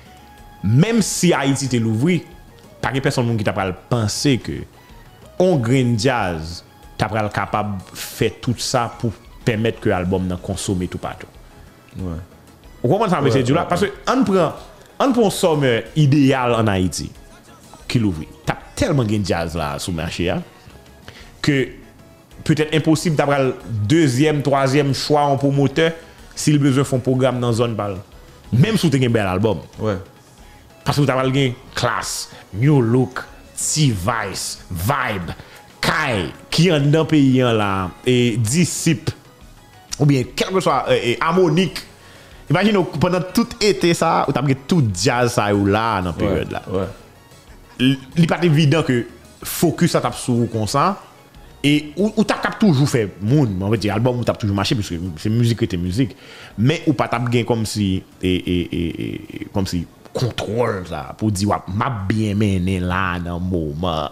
même si Haïti était l'ouvri, pas de personne qui t'a pas pensé que on grain jazz, t'as pas capable de faire tout ça pour permettre que l'album ne consomme tout partout.
Ouais.
Vous comprenez ça, monsieur
Ouais,
Dioula?
ouais,
Parce que on prend on pour un somme idéal en Haïti qui l'ouvre. T'as tellement de jazz là sur le marché hein, que peut-être impossible d'avoir le deuxième, troisième choix en promoteur s'il besoin font programme dans zone balle. Même si tu as un bel album.
Ouais.
Parce que tu as un classe, New Look, T-Vice, Vibe, Kai, qui est dans le pays là, et Disciple, ou bien quel que soit, et Harmonique. Imagine pendant tout été ça, tu as tout jazz ça ou là dans la période là.
Ouais.
Il n'est pas évident que focus ça tape sur comme ça. Et ou, ou t'as toujours fait moun, on va dire album ou t'as toujours marché parce que c'est musique qui était musique, mais ou pas t'as gain comme si et, et, et, et comme si contrôle ça pour dire m'a bien mené là dans le moment.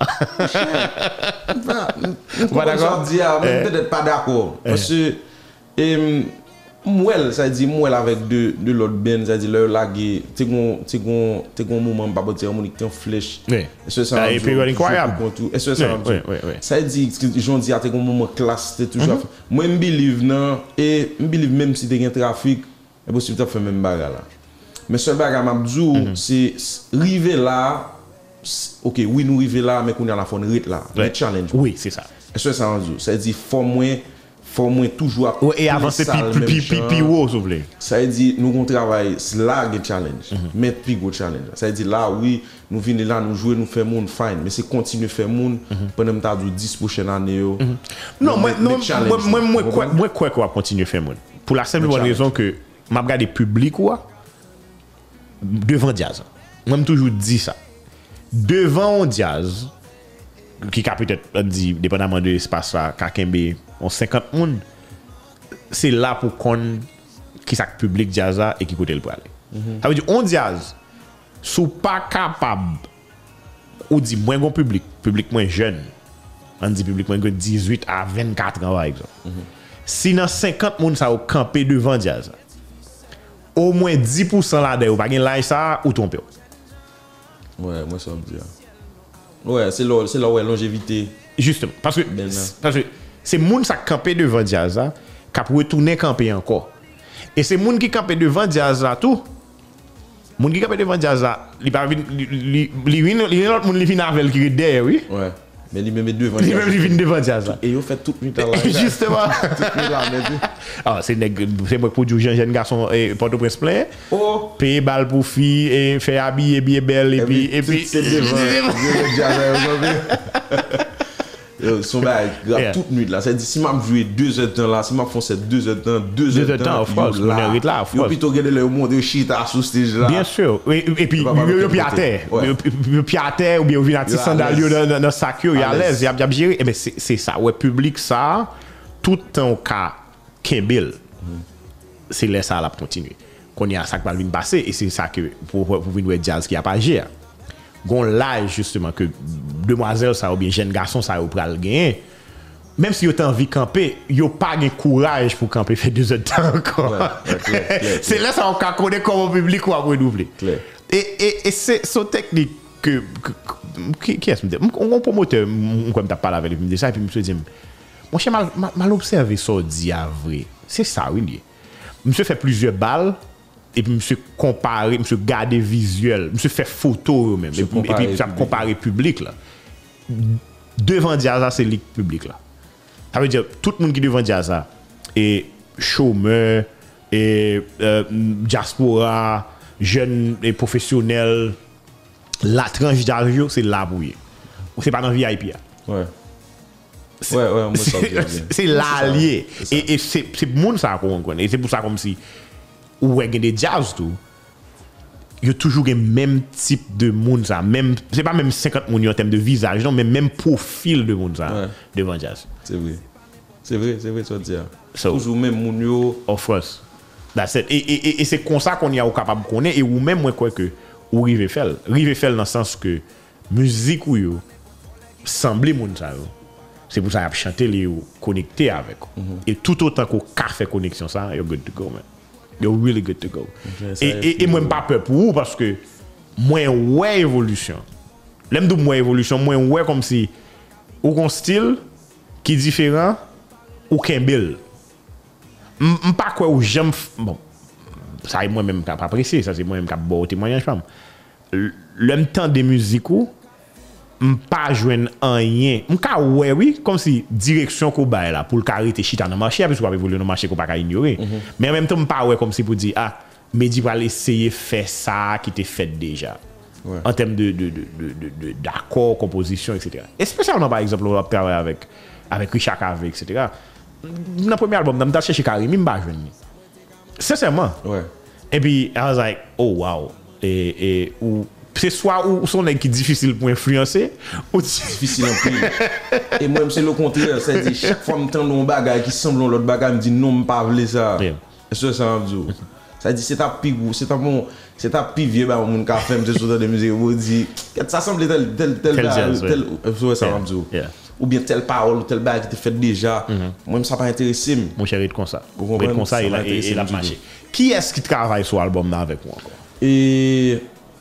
Pas d'accord dire peut-être pas d'accord parce que et moi ça dit moi avec de de l'autre ben ça dit leur laguer tu gon tu gon tu gon moment pas dire harmonique t'en flèche
c'est ça et puis incroyable
est-ce ça ça dit j'on dit à tes gon moment classe c'est toujours moi me believe non et me believe même si tu as un trafic est possible de faire même bagarre là mais ce bagarre m'a dit c'est river là OK oui nous river là mais qu'on a la fond rythme là le challenge
oui c'est ça
est-ce ça ça dit faut moins faut moins toujours
ouais, et avancer plus plus plus haut s'il vous plaît
ça veut dire nous on travaille là le challenge mais plus gros challenge ça veut dire là oui nous venons là nous jouer nous faire monde fine mais c'est continuer faire monde pendant m'ta dix prochaines années
non moi non moi moi quoi moi quoi qu'on va continuer faire monde pour la simple bonne raison que m'a regarder public quoi devant jazz moi me toujours dit ça devant jazz qui a peut-être dit dépendamment de l'espace là Kakembe on cinquante moun c'est là pour qu'on qui ça public jazz et qui côté le pour aller ça veut dire on jazz sous pas capable ou dit moins grand public public moins jeune on dit public moins dix-huit à vingt-quatre ans par exemple si dans cinquante moun ça au camper devant jazz au moins dix pour cent là dedans ou pas gain là ça ou tromper
ouais moi ça me dit ouais c'est là c'est là où est longévité
justement parce que parce que c'est moun ça camper devant jazz qui a retourner camper encore et c'est moun qui camper devant jazz tout moun qui camper devant jazz il pas li li l'autre moun li vinn avec qui derrière oui
ouais mais lui même devant
jazz il même vinn devant jazz
et il fait toute nuit là
justement ah c'est c'est moi pour dire jeune garçon et Port-au-Prince plein
oh
payer balle pour fille et faire habiller bien belle et puis et puis
c'est devant son bail toute nuit là c'est dit si m'a joué deux heures de temps là si m'a font cette deux heures de temps deux heures de temps
of course on est là
yo plutôt regarder le monde de shit à sous stage là
bien sûr et puis yo puis à terre yo puis à terre ou bien vient petit sandalio dans dans sac yo à l'aise y a bien géré et ben c'est c'est ça ouais public ça tout en cas Kembil c'est là ça la continuer qu'on y a ça qui va venir passer et c'est ça que pour pour venir jazz qui a pas géré gon l'âge justement que demoiselle ça ou bien jeune garçon ça ou pral gagner même si yo t'as envie camper yo pas gain courage pour camper faire deux heures de temps encore ouais, ouais, clair, clair, c'est là ça on ca connaître comment public ou à renouveler et et et c'est son technique que, que, que qui est-ce on promoteur comme t'as parlé avec lui de ça et puis monsieur dit mon cher mal mal observé ça dit à vrai c'est ça oui monsieur fait plusieurs balles et puis monsieur comparer monsieur garder visuel monsieur fait photo même et puis, et puis ça comparer public là devant jazz c'est le public là ça veut dire tout le monde qui devant jazz et chômeur et euh, diaspora jeunes et professionnels la tranche d'âge c'est là pour y c'est pas dans V I P
ouais ouais ouais moi ça
c'est l'allié et et c'est c'est monde ça qu'on connaît et c'est pour ça comme si ou ouais des jazz tout il y a toujours le même type de monde ça même c'est pas même cinquante moun en termes de visage non mais même profil de monde ça ouais. Devant jazz
c'est vrai c'est vrai c'est vrai ça dire so, toujours même moun yo
of course that's it et et et c'est comme ça qu'on y a capable connaître et ou même moi quoi que ou rive faire rive faire dans le sens que musique ou yo semblait monde ça yo c'est pour ça a chanter les connecter avec mm-hmm. Et tout autant qu'on a fait connexion ça you're good to go man. You're really good to go. Okay, et et, et moi pas peur pour vous parce que moi ouais évolution. L'aime de moi évolution, moi ouais comme si ou un style qui est différent ou Kembil. M pas quoi ou j'aime bon ça moi-même pas apprécié, ça c'est moi-même qui a bon témoignage femme. Le temps des musiques ou pas joindre rien. M'ka ouais oui comme si direction ko bail là pour le carité chita dans marché parce qu'on va évoluer dans marché qu'on pas ignorer. Mais en même temps pas ouais comme si pour dire ah Medi va essayer faire ça qui était fait déjà. Ouais. En termes de, de, de, de, de, d'accord, composition, et cetera. Et spécialement, par exemple, on va travailler avec, avec Richard Cave, et cetera. Dans le premier album, on a cherché Karim, il m'a joué. Sincèrement.
Ouais.
Et puis, I was like, oh wow. Et, et ou, c'est soit ou son qui est difficile pour influencer, ou
difficile en plus. Et moi, c'est le contraire. C'est-à-dire, chaque fois que je entends un bagage qui semble l'autre bagage, je me dis non, je ne pas veux ça. Yeah. Et ça, c'est un jour. Ça dit c'est ta pire c'est ta bon c'est ta pire vieux bah mon café c'est sur de musique vous dit ça semble tel tel tel tel tel ça va dire ou bien telle parole ou tel bague qui était fait déjà moi ça pas intéressé
mon chéri de comme ça de comme ça il a il a marché qui est-ce qui travaille sur l'album là avec moi encore
et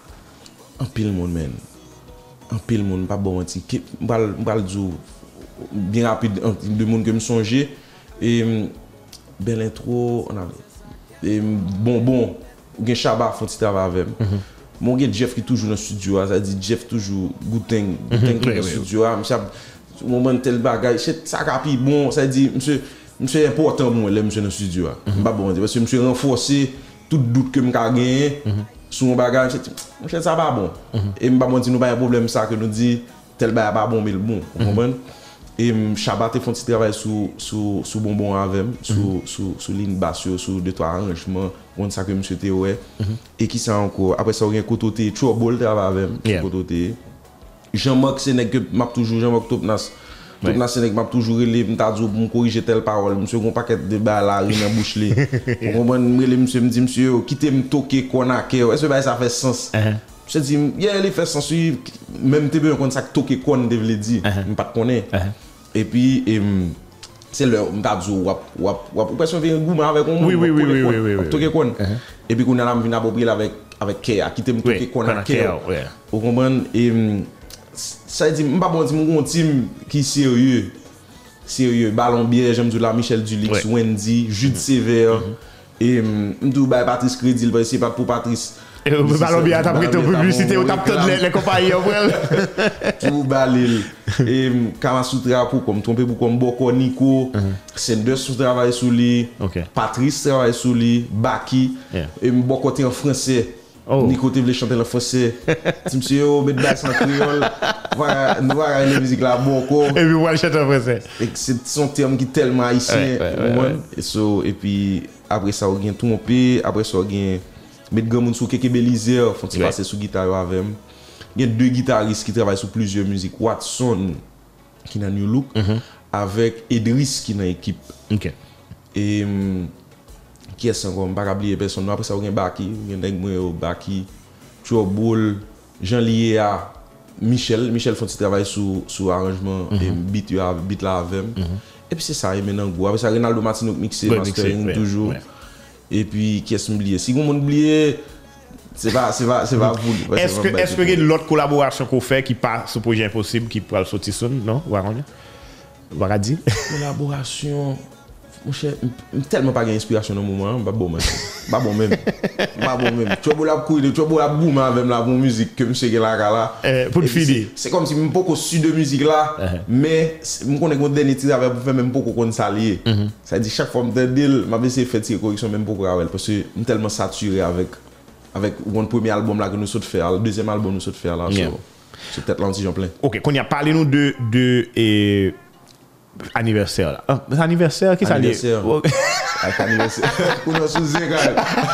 un pile monde man un pile monde pas bon menti m'bal m'bal dire bien rapide de monde que me songer et belle intro on a et bon bon gen Chaba font travail avec mon gars Jeff qui toujours dans le studio ça dit Jeff toujours good thing good thing dans le studio monsieur au moment tel bagage ça capi bon ça dit monsieur monsieur important moi là monsieur dans le studio pas bon parce que monsieur renforcer tout doute que me ka gagner sur mon bagage monsieur ça pas bon et me pas mentir nous pas un problème ça que nous dit tel bagage pas bon mais le bon vous comprenez. Et Chaba te font petit travail sur sur sur bonbon avec sur sur sur ligne basse sur deux trois arrangements on ça que monsieur te ouais et qui ça encore après ça on a côté Trouble travail avec côté Jean-Marc c'est que m'a toujours Jean-Marc Topnas Topnas c'est m'a toujours relé m'a dit pour corriger telle parole monsieur gon paquet de balle là dans bouche li on comprend monsieur me dit monsieur quitter me toquer Konake est-ce que ça fait sens je dis yeah il fait sens même te bien comme ça toquer Kon devait dire pas connaît. Et puis, et, c'est le m'tadou wap wap wap personne vient goûter avec on
oui oui oui oui oui oui
toquer kon et puis qu'on a venir approprier avec avec Kea qui t'aime toquer kon à Kea vous comprenez et ça dit m'pas bon dire mon team qui sérieux sérieux ballon bien j'aime la Michel Dulix Wendy Jude Sévère et m'dou ba Patrice Crédit parce que c'est pas pour Patrice.
Et vous ballon bien t'as pris ton publicité ou t'as peut-être les les compagnies
tout balil et Kamasutra pour comme tromper pour comme Boko Nico c'est deux sous travail sur lui Patrice travaille sur lui Baki et Boko en français Nico te voulait chanter en français monsieur oh met basse en créole voilà nous voilà la musique là Boko
et puis voilà chanter en français
et c'est son terme qui tellement haïtien et so et puis après ça on gagne tout mon pays après ça on gagne mettre grand monde sur quelques Belizer font passer sur guitare avec il y a deux guitaristes qui travaillent sur plusieurs musiques Watson qui est dans New Look avec Idriss qui est dans l'équipe et qui est encore pas oublier personne après ça on a Baki on a nèg Baki Trouble Jean Liéa Michel Michel font travail sur sur arrangement et beat beat là avec et puis c'est ça et maintenant après ça Ronaldo Martino mixé mastering toujours. Et puis qu'est-ce m'oublier si on m'oublier c'est pas c'est pas c'est pas vous
est-ce que est-ce que l'autre collaboration qu'on fait qui pas ce projet impossible qui pourra sortir son non Warren Waradi
collaboration mon cher tellement pas d'inspiration dans moment pas bon même pas bon même pas bon même tu vois la couille tu vois la boum avec la bonne musique que monsieur là là
pour finir
c'est comme si même beaucoup sur de musique là mais me connais mon dernier travail pour faire même beaucoup qu'on s'allier ça dit chaque fois me deal m'a essayé faire tirer correction même beaucoup parce que tellement saturé avec avec mon premier album là que nous saute faire le deuxième album nous saute faire là c'est peut-être l'anti Jean plein.
OK qu'on y a parlé nous de de et anniversaire là. Ah, anniversaire qui ça lié?
Avec anniversaire. Pour nous sous égal.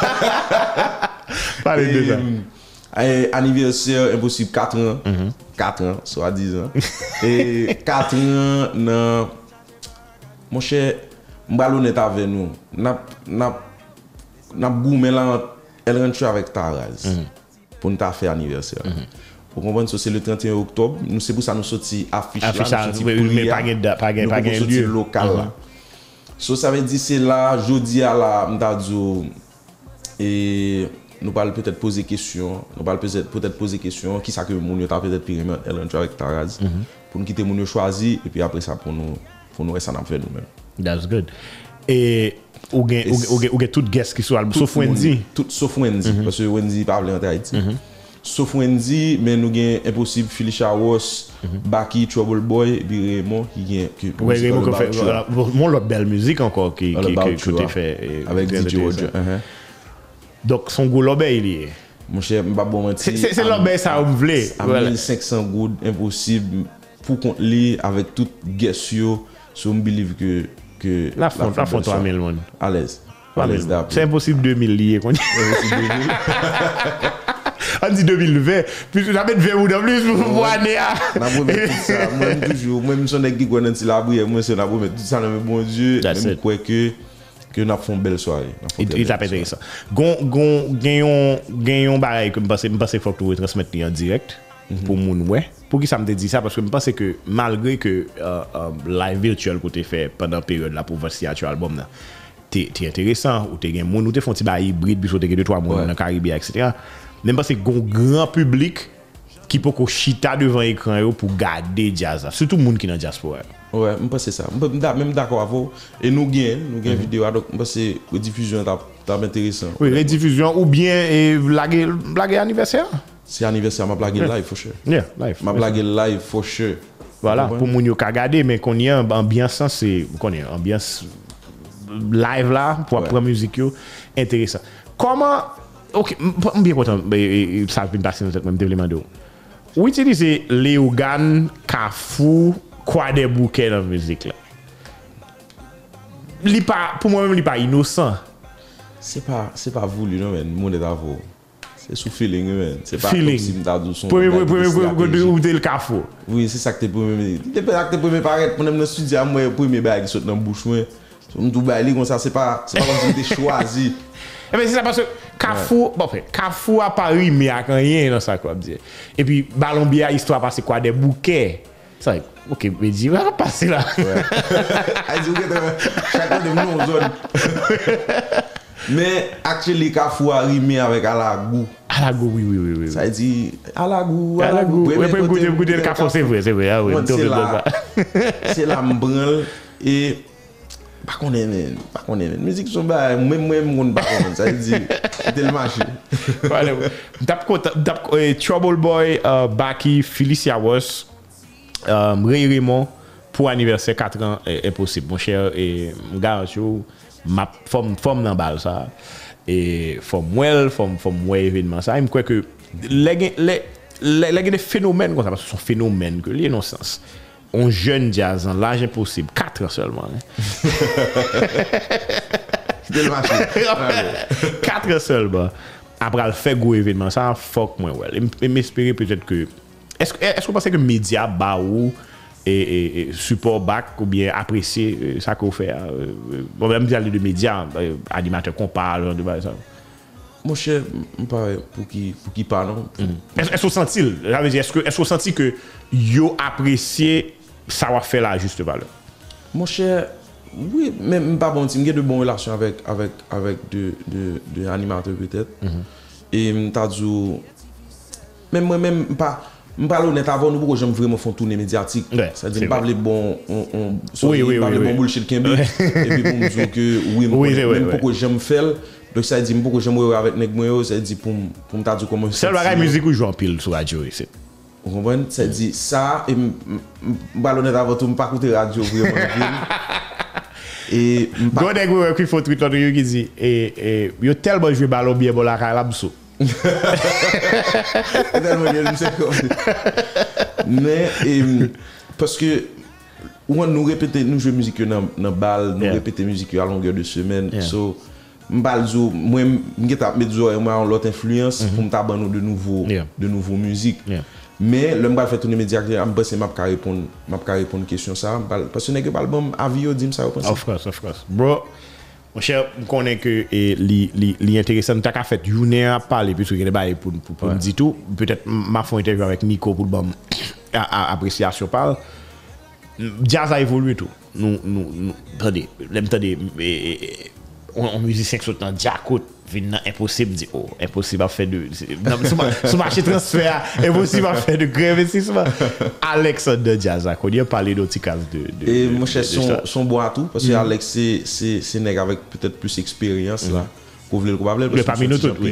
Parlez de ça.
Et anniversaire impossible quatre ans. quatre ans soit disant. Et quatre ans non mon cher m'ballonnet avec nous. N'a n'a n'a goumé là elle rentre avec Taraz pour nous faire anniversaire. Vous comprenez, c'est le trente et un octobre. Nous c'est pour ça nous sorti affiche là,
affiche mais pas gain pas gain pas gain lieu
local là. So ça veut dire c'est là jeudi à la m'dadio et nous parle peut-être poser question, nous parle peut-être peut-être poser question qui ça que mon yo t'a peut-être pyramide elle rentre avec Taraz pour nous quitter mon yo choisi et puis après ça pour nous pour nous rester en faire nous-mêmes.
That's good. Et Ou gen ou gen ou gen tout guest qui sur l'album sauf Wendy.
Tout sauf Wendy parce que Wendy pas en Haïti. Sauf Wendy, mais nous gen Impossible, Felicia Ross, Baki, Trouble Boy, puis Raymond qui gen que
ouais, Raymond qui fait mon l'autre belle musique encore qui qui que tu fait
avec D J Roger.
Donc son gros lobby il est.
Mon cher, m'pa bon mentir.
C'est c'est lobby ça on voulait.
À mille cinq cents good Impossible pour compte li avec tout guest yo, so me believe que que
la font la font trois mille monde.
À l'aise. À l'aise d'appeler.
C'est Impossible deux mille lié qu'on dit. On dit deux mille vingt, puis tu as mis vingt ou de plus pour voir année.
On a beau mettre tout ça, moi toujours, moi même si on est qui connaît la brière, moi c'est on a beau mettre tout ça dans le bon Dieu, même quoi que que nous avons une belle soirée.
Il t'a pété ça. Gon gon gagnon gagnon bail que me penser me penser faut que tu retransmettre en direct pour moun ouais. Pour qui ça me dit ça parce que je pense que malgré que euh, euh, live virtuel que tu fait pendant période là pour voir si tu album là t'es intéressant ou t'es gen moun ou t'es font petit bail hybride puis t'es deux trois mois dans Caraïbes et cetera. Même parce que un grand public qui peut chita devant l'écran pour garder jazz, surtout les gens qui sont dans diaspora.
Ouais, je pense que c'est ça. Même d'accord avec vous. Et nous gagnons, nous gagnons vidéo, donc je pense que la diffusion est intéressant.
Oui, la diffusion ou bien blaguer blaguer anniversaire.
C'est anniversaire, ma blague live for sure.
Yeah, live.
Ma blague live for sure.
Voilà, pour les gens qui regardent, mais qu'on y a une ambiance, c'est qu'on y a une ambiance live là pour apprendre la musique intéressant. Comment OK, je suis bien content, ça vient passer dans cette même développement de. Où utiliser Léogan, Kafou, quoi des bouquets dans la musique là. Li pas pour moi même il pas innocent.
C'est pas c'est pas voulu non mais monde est à vous. C'est sous feeling man, c'est pas
feeling.
Comme si m'ta dou son.
Pour pour le Kafou.
Oui, c'est ça que t'es premier. T'es pas que premier paraître pour dans le studio moi premier bail qui saute dans bouche moi. On tout bail comme ça c'est pas c'est pas comme si t'es choisi.
Eh bien, c'est ça parce que Kafou, bon, Kafou à Paris, mais il n'y a rien dans ça, quoi, dire. Et puis, Ballon Bia, histoire parce quoi, des bouquets. Ça, ok, mais dis, on va passer là.
Ouais. Elle dit, chacun de nous en zone. Mais, actuellement, Kafou a rimé avec Alagou.
Alagou, oui, oui, oui, oui.
Ça dit, Alagou,
Alagou. Oui, mais écoutez, écoutez le Kafou, c'est vrai, c'est vrai. Ah oui,
c'est la mbranle et. Pas qu'on aime, pas qu'on aime. Musique sont bas, même moi même pas qu'on ça dit c'était le marché.
Voilà. D'ap d'ap Trouble Boy, uh, Baki, Felicia Ross, um, Ray Raymond pour anniversaire quatre ans est possible mon cher et garantis ma forme forme dans balle ça et forme well forme forme ouais événement ça il me croit que les les les des phénomènes comme ça parce que ce sont phénomènes que les non sens. Un jeune jazz en l'âge impossible, quatre ans seulement. Hein. quatre ans seulement. Après, le fait gros événement, ça, fuck moi, ouais. Et m'espérer peut-être que. Est-ce est-ce que vous pensez que les médias, bah, ou et, et, et support back ou bien apprécier ça qu'on fait? Bon, même dire de médias, animateurs qu'on parle, de ça.
Mon cher, pour qui pour qui parle non.
Est-ce que vous sentez, est-ce que est-ce que vous sentez que yo apprécié ça va faire la juste valeur?
Mon cher, oui, même pas bon, j'ai de bonnes relations avec avec avec de de de animateurs peut-être. Et t'as dit même moi même pas me parle honnête avant nous pourquoi j'aime vraiment font tourner médiatique. Ça dit pas les bon on on
oui oui oui
bon bullshit Kembe et puis pour me dire que oui même pourquoi j'aime faire. Donc ça dit pourquoi j'aime avec nèg moi ça dit pour pour me t'a dit comment
c'est la musique où joue en pile sur radio ici.
Vous comprenez? Ça dit ça et ballonnet avant tout pas écouter radio vraiment. Et
bon nèg qui faut tweet l'autre qui dit et et yo tellement jouer ballon bien bon la la bso. Mais parce que on nous répéter nous jouer musique dans dans balle, nous répéter musique à longueur de semaine. So m'balzo moi m'geta mettre moi l'autre influence pour m'taban nous de nouveau de nouveau musique. Mais le m'ba fait tourner média am penser m'a ka répondre m'a ka répondre question ça parce que nèg album avis dit ça pense. Of course, of course. Bro, mon cher, je connais que li li li intéressant t'as fait journée à parler puis que bail pour pour pour me dire tout, peut-être m'a fait interview avec Nico pour bon appréciation parle. Jazz a évolué tout. Nous nous attendez, l'aime attendez on musicien qui saute dans Diacote, vient impossible dit oh, impossible à faire de sur marché transfert, impossible à faire de gros investissement. Alex de Jazz, on y a parlé d'autres cas de, de
et
de,
mon cher son
de,
son bon atout parce que mm. Alex c'est c'est c'est nèg avec peut-être plus expérience mm. là pour le probable
le parmi nous tous oui.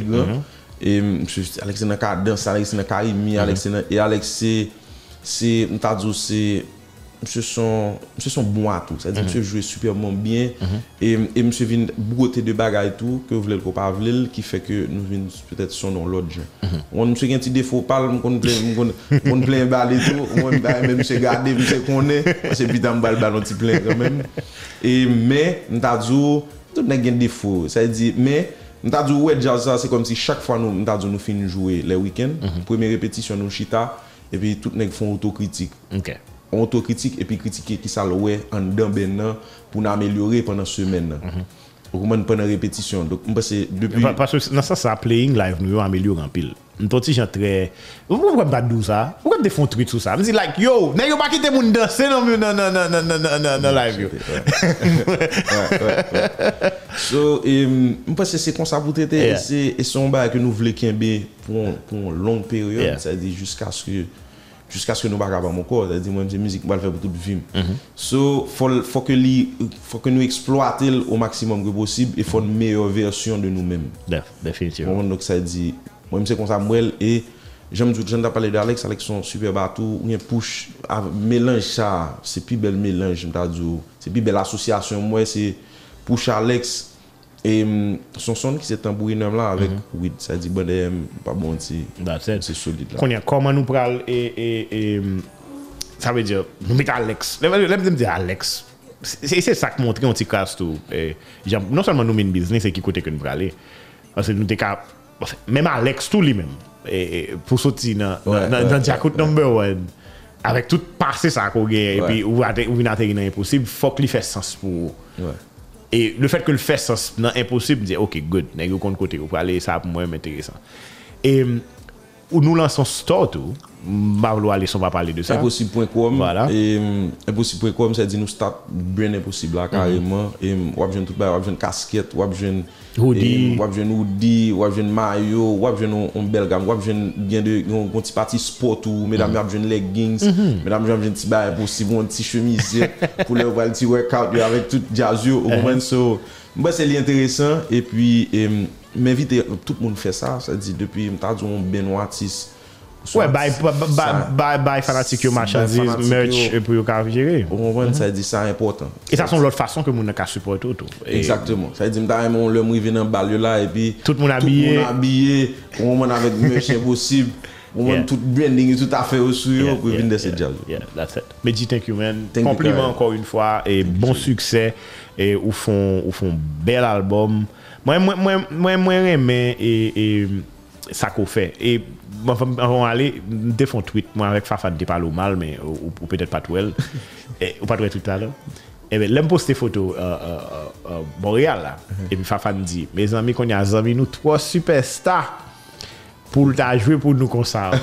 Et monsieur Alex dans cadence, Alex dans Kaimi, Alex et Alex c'est c'est on t'a dit c'est monsieur son monsieur son bon atout, c'est-à-dire mm-hmm. monsieur joue superment bien mm-hmm. et et monsieur vient beauté de bagaille tout que vous le pas veut qui fait que nous vinn peut-être son dans l'autre genre. Mm-hmm. On monsieur un petit défaut parle on plein on plein balle et tout, on même monsieur garder monsieur connaît parce que puis dans balle ballon petit plein quand même. Et mais on t'a dit tout n'a un défaut, c'est-à-dire mais on t'a dit ouais jazz c'est comme si chaque fois nous on t'a dit nous finissons jouer les week-ends, mm-hmm. première répétition nous chita et puis tout nèg font autocritique. OK. Autocritique et puis critiquer qui ça ouais en dedans ben pour nous améliorer pendant semaine. Pour comment pendant répétition. Donc parce que depuis
parce que dans ça ça playing live nous améliorer en pile. Un petit gens très pourquoi pas dire ça? Pourquoi te font tweet sur ça? Me dit like yo, n'a yo pas quitter moun danser non non non non non non non non live yo.
Ouais ouais. So et me pense que c'est comme ça pour traiter c'est et son bail que nous voulons kembe pour pour une longue période, c'est-à-dire jusqu'à ce que jusqu'à ce que nous pas capable encore, c'est-à-dire moi c'est musique va le faire pour toute vie. So faut faut que li faut que nous exploiter au maximum que possible et faut une meilleure version de nous-mêmes.
Définitivement.
Donc ça dit moi c'est comme ça moi et j'aime tout j'en parler d'Alex Alex son super bateau ou un push mélange ça c'est plus bel mélange m'ta dit c'est plus belle association moi c'est push Alex et son son qui s'est tambourineur là avec mm-hmm. oui ça dit bon pas bon c'est c'est solide là.
Qu'on y a comment nous pral et et et ça veut dire nous mettre Alex l'aime dire Alex c'est c'est ça qui montre un petit casse tout et non seulement nous une business c'est qui côté que nous aller parce que nous t'es même Alex tout lui-même et pour sortir dans dans Diacote number one avec tout passé ça qu'on gagne et puis ou ou une atterrir impossible faut qu'il fasse sens pour et le fait que le fait sens non impossible dire OK good nèg yo compte côté pour aller ça pour moi intéressant et où nous lançons store tout m'a vouloir aller on va parler de ça
impossible point com voilà et impossible point com c'est dit nous start bien impossible là carrément et on a besoin tout ba on a besoin casquette on a besoin hoodie on a besoin hoodie on a besoin maillot on a besoin un bel gamme on a besoin bien de un petit parti sport ou mesdames on a besoin leggings mesdames on a besoin petit ba possible un petit chemise pour le voir le petit workout avec tout jazzio au moment so moi c'est intéressant et puis m'inviter tout le monde fait ça ça dit depuis m'ta dit un Benoît artiste
ouais bye bye bye fanatique marchandise merch et pour yo gérer
au moment ça dit ça important
et ça sont l'autre façon que moun ka supporter tout
exactement ça dit m'ta mon le moi venir en balle là et puis
tout le monde habillé
tout le monde habillé au moment avec merch impossible au moment tout branding tout à fait au sur pour venir de cette jazz
yeah that's it Medji thank you man compliment encore une fois et bon succès et ou font ou font bel album moi moi moi moi moi aimer et et ça qu'on fait et on va aller des font tweet moi avec Fafa de parler mal mais ou, ou peut-être pas tout elle et ou pas tout tout à l'heure et ben l'aime poster photo euh, euh, euh, Montréal là mm-hmm. Et puis Fafa me dit mes amis qu'on y a amis nous trois superstars pour t'a jouer pour nous comme ça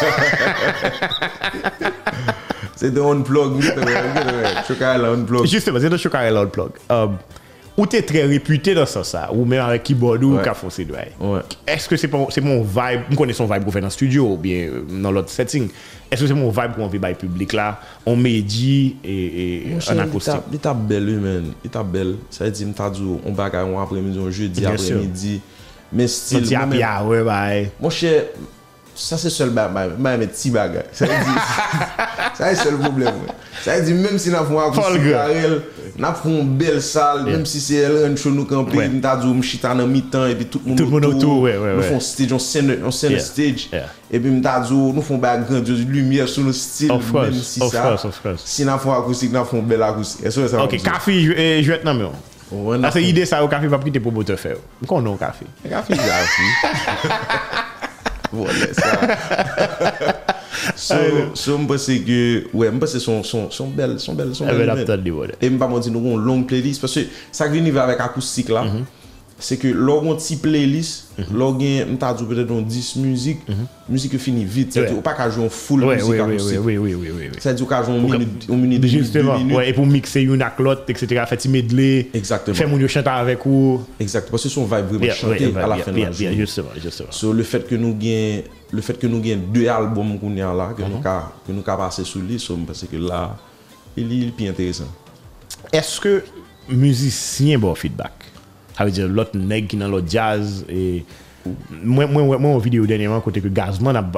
c'est de on plug Chocarella on plug
justement c'est de Chocarella on plug um, ou t'es très réputé dans ça ça ou même avec keyboard ou qu'a foncé doit ouais. Est-ce que c'est pas c'est mon vibe on connaît son vibe pour faire dans le studio ou bien dans l'autre setting est-ce que c'est mon vibe pour envie by public là on Medji et et en acoustique
il t'a belle man il t'a belle ça veut dire m'ta dit on bagarre on après-midi on jeudi après-midi mais style
moi même ouais bye
mon cher ça c'est seul bagarre mais petit bagarre ça veut dire ça c'est seul problème ça veut dire même si n'a font acoustique n'a font belle salle même si c'est elle show nous camper m'ta dit on chita dans mi-temps et puis tout le monde
autour ouais ouais
nous font stage on scène on scène stage et puis m'ta dit nous font bagarre grandiose lumière sur le style même si ça si n'a font acoustique n'a font belle acoustique est-ce que ça
OK café jouet non mais là c'est idée ça au café pas quitter promoteur faire qu'on non café
café café voilà ça so so me pense que ouais me pense son son son belle son belle son belle
belle
et me pas me dire nous une longue playlist parce que ça vient avec acoustique là c'est que lors on petit playlist, lors on t'a dit peut-être on dix musiques, musique finit vite, c'est-à-dire
Ouais.
pas qu'à jouer en full
Ouais,
musique
ouais, ouais,
acoustique.
oui, oui, oui, oui, oui.
C'est-à-dire qu'à jouer en minute, en minute,
Justement,
deux minutes.
ouais, et pour mixer une avec l'autre, et cetera, faire un medley,
Exactement.
faire mon chanter avec vous.
Exactement, parce que son vibe vraiment
Bien,
chanté
bien,
à la
bien,
fin de
bien,
la
bien,
journée.
justement, justement.
So, le fait que nous gagnons le fait que nous gagnons deux albums qu'on y a là que nous ca que nous ca passer sous lui, so, parce que là il est plus intéressant.
Est-ce que musicien bon feedback? Ça veut dire l'autre nèg qui dans le jazz et moi moi moi en vidéo dernièrement côté que Gazman a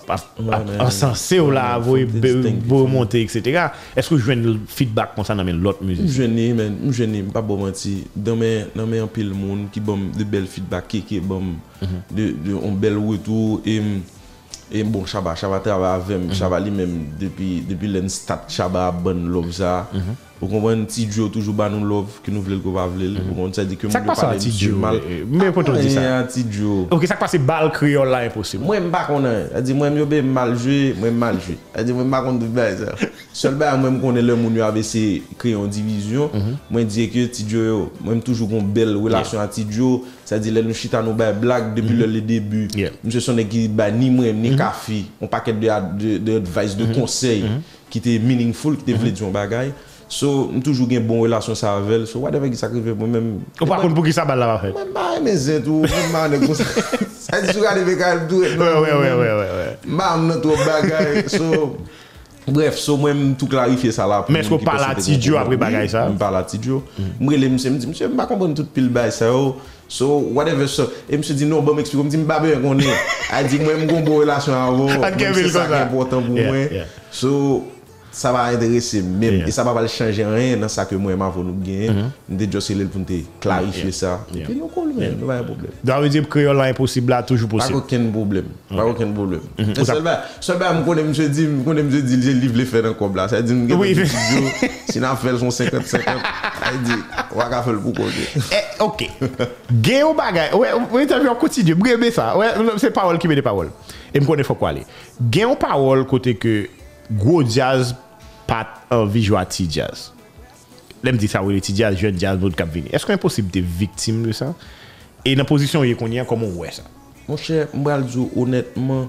encensé ou là beau monter et cetera. Est-ce que je vois le feedback concernant l'autre musique?
Je n'ai mais je n'ai pas bon mentir dans mes dans mes en pile monde qui bon de belles feedback qui qui bon de de un bel retour et et bon Chaba Chaba travaille avec Chaba lui-même depuis depuis l'en start Chaba bonne love ça. Vous comprenez, petit Joe toujours ba nous love que nous voulons qu'on va vouloir. Vous comprenez, ça dit que
ça passe à petit Joe
mal.
Mais pourquoi on dit ça?
Petit Joe.
OK, ça passe balle créole là impossible.
Moi m'pa connait, elle dit moi yo be mal joué, moi mal joué. Elle dit moi m'pa connait de ça. Seul ba moi me connais le moun yo avec ces créer en division. Moi dis que petit Joe, moi toujours une belle relation à petit Joe, ça dit les nous chita nous ba blague depuis le début. Monsieur son qui ba ni moi ni café, un paquet de de advice de conseils qui était meaningful, qui était voulu dire un bagage. So, nous toujours une bonne relation ça avec. So, whatever qui s'arrive moi-même.
Ou par contre pour qui ça balle là fait?
Moi pas aimer ça tout, moi ne ça. Ça dit regarder avec elle tout.
Ouais ouais ouais ouais ouais.
Mam non trop bagage. So bref, so moi tout clarifier ça là.
Mais est-ce qu'on parle à Tidjo après bagage ça?
On parle à Tidjo. Moi les monsieur me dit monsieur pas comprendre tout pile bail ça. So whatever so et monsieur dit non bon m'explique me dit m'pas bien qu'on est. Elle dit moi me gon bonne relation avec vous. C'est ça qui est important pour moi. So ça va intéresser même yeah. Et ça va pas changer rien dans ça que moi et ma nous gagner nous déjà c'est pour nous clarifier yeah. Ça et puis nous cool mais pas un problème
ça veut dire créole là impossible là toujours possible
pas aucun problème pas aucun problème seulement seulement me connais monsieur dit me connais monsieur dit les livres les faire dans comme là ça dit me
oui
si n'a fait son cinquante cinquante il dit on va faire le pour
côté OK gain au bagage ouais ouais tu as vu en quotidien brûler ça ouais c'est parole qui met des paroles et me connais faut quoi aller gain aux paroles côté que gros jazz pas envie jouer à petit jazz. L'aime dit ça oui, petit jazz, jeune jazz, votre cap venir. Est-ce qu'il est possible de victime de ça? Et dans la position où qu'on y a, comment on voit ça?
Mon cher, moi je dis honnêtement,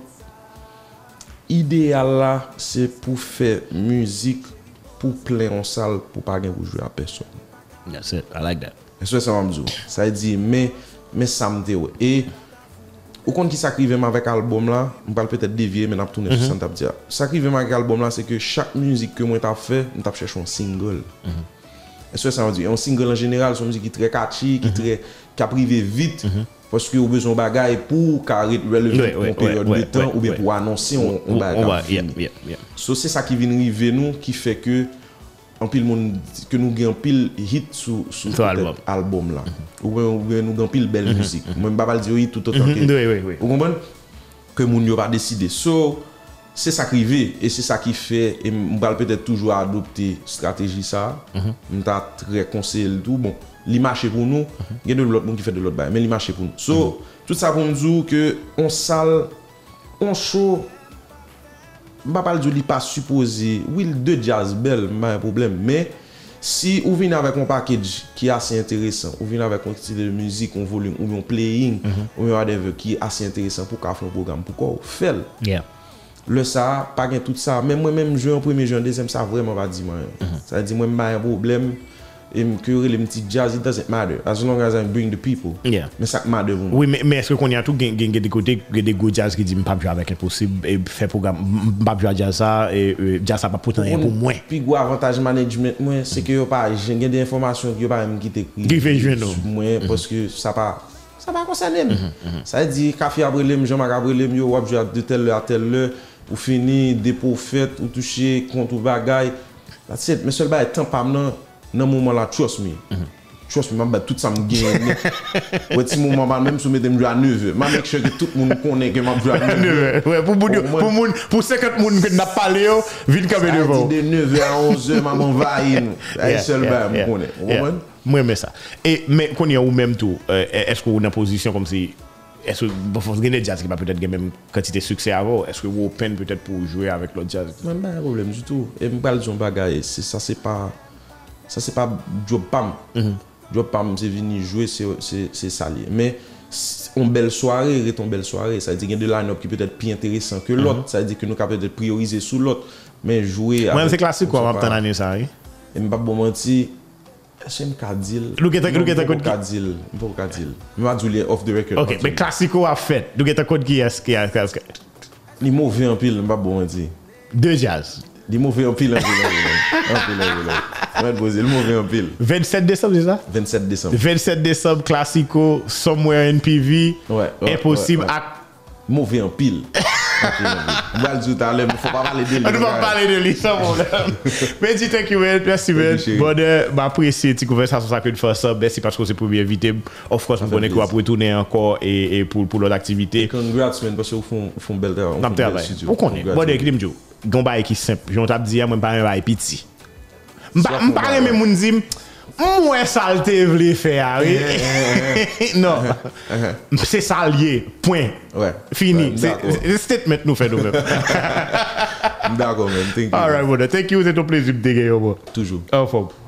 idéal là, c'est pour faire musique pour plein en salle, pour pas gagner pour jouer à personne.
That's it, I like that.
C'est ça que je dis. Ça dit, mais, mais ça me dit, et au compte qui s'arrive avec l'album là, on parle peut-être dévier mais on a tourné sur ça dire. Ça qui avec l'album là c'est que chaque musique que moi t'a fait, on t'a cherché un single. Est-ce que ça veut dire un single en général, c'est une musique qui très catchy, qui très qui a privé vite parce que au besoin bagaille pour carrer relever pour une période de temps ou bien pour annoncer un bagage. So c'est ça qui vient arriver nous qui fait que en pile monde que nous gagne pile hit sur sur album. album là ou bien nous gagne pile belle musique moi pas pas dire oui tout autant que
oui oui oui
vous comprenez que moun yo pas décider so c'est ça qui arrive et c'est ça qui fait et on va peut-être toujours adopter stratégie ça on t'a très conseillé tout bon li marché pour nous il y a de l'autre monde qui fait de l'autre bail mais li marché pour nous so tout ça pour nous dire que on salle on show je ne vais pas dire qu'il pas supposé. Oui, de jazz belle, pas un problème. Mais si vous venez avec un package qui est assez intéressant, vous venez avec un style de musique, un volume, ou un playing, ou un whatever qui est assez intéressant pour faire un programme, pourquoi vous faites?
Yeah.
Le ça, pas tout ça. Mais moi-même, je joue en premier, je joue en deuxième, ça vraiment va dire moi. Ça dit moi, pas un problème. Et que les petits jazz, it doesn't matter as long as I bring the people.
Yeah.
Mais ça matter.
Oui, mais, mais est-ce qu'on y a tout gain des côtés des go jazz qui dit pas jouer avec impossible et faire programme pas jouer jazz ça et jazz ça pas pourtant pour moi.
Puis gros avantage management moi c'est que yo pas j'ai des informations que yo pas même qui t'écrit.
Qui fait jouer nous.
Moi parce que ça pas ça pas concerner. Ça dit café abrelem Jean-Marc abrelem yo ou jouer de telle heure à telle heure pour finir dépôt fait ou toucher compte ou bagaille. That's it. Mais seul ba temps pas non dans moment là trust me trust me m'a tout ça me gagne ouais petit moment même si me à neuf heures m'a make sure que tout le monde connaît que m'a joué à neuf heures
ouais pour pour monde pour cinquante personnes que n'a parlé vite camper devant
de neuf heures à onze heures maman va in elle seul ba me connaît comprendre
moi mais ça et mais qu'on y a ou même tout est-ce que vous dans position comme si est-ce que vous faut gagner jazz qui va peut-être gagner même quantité succès avant est-ce que vous open peut-être pour jouer avec l'autre jazz
même pas un problème du tout et me parle de son bagage c'est ça c'est pas ça c'est pas job pam job pas c'est venir jouer c'est c'est c'est ça lié. Mais une belle soirée, est une belle soirée, ça veut dire qu'il y a des line-up qui peut être plus intéressant que l'autre, ça veut dire que nous capable peut-être prioriser sur l'autre, mais jouer
Moi c'est classique quoi, on année ça.
Et m'pas bon mentir. J'aime Kadil.
Look at look at code
Kadil, pas Kadil. Moi dis off the record.
OK, mais classico a fait. Look at code qui est qui est
il mauvais en pile, m'pas bon mentir.
De jazz.
Il mauvais en pile en pile. En pile en pile. Ouais, poser le mauvais en pile.
vingt-sept décembre, c'est ça?
vingt-sept décembre.
vingt-sept décembre classico Somewhere in P V.
Ouais. ouais
Impossible
ouais, ouais.
à
mauvais en pile. On va le dire tout à l'heure, il ne faut pas parler de lui.
On ne va pas parler de lui, sans problème. Merci, thank you, man. Merci, man. Bon, j'apprécie cette conversation, ça que tu fais ça. Merci parce que c'est pour m'inviter. Of course, je connais qu'on va retourner encore et, et pour, pour l'autre activité.
Congrats, man, parce que vous faites un bel travail.
Vous connaissez. Bon, dès que je dis, il y a qui simple. Je t'ai dit, moi, je ne parle pas de petit. Je ne parle même de dire, moi, ça le te voulait faire. Non. C'est ça lié. Point.
Ouais.
Fini. C'est statement nous fait nous-mêmes.
D'accord, man. Thank you.
All right, brother. Thank you. C'est un plaisir de te gagner.
Toujours.
Au revoir.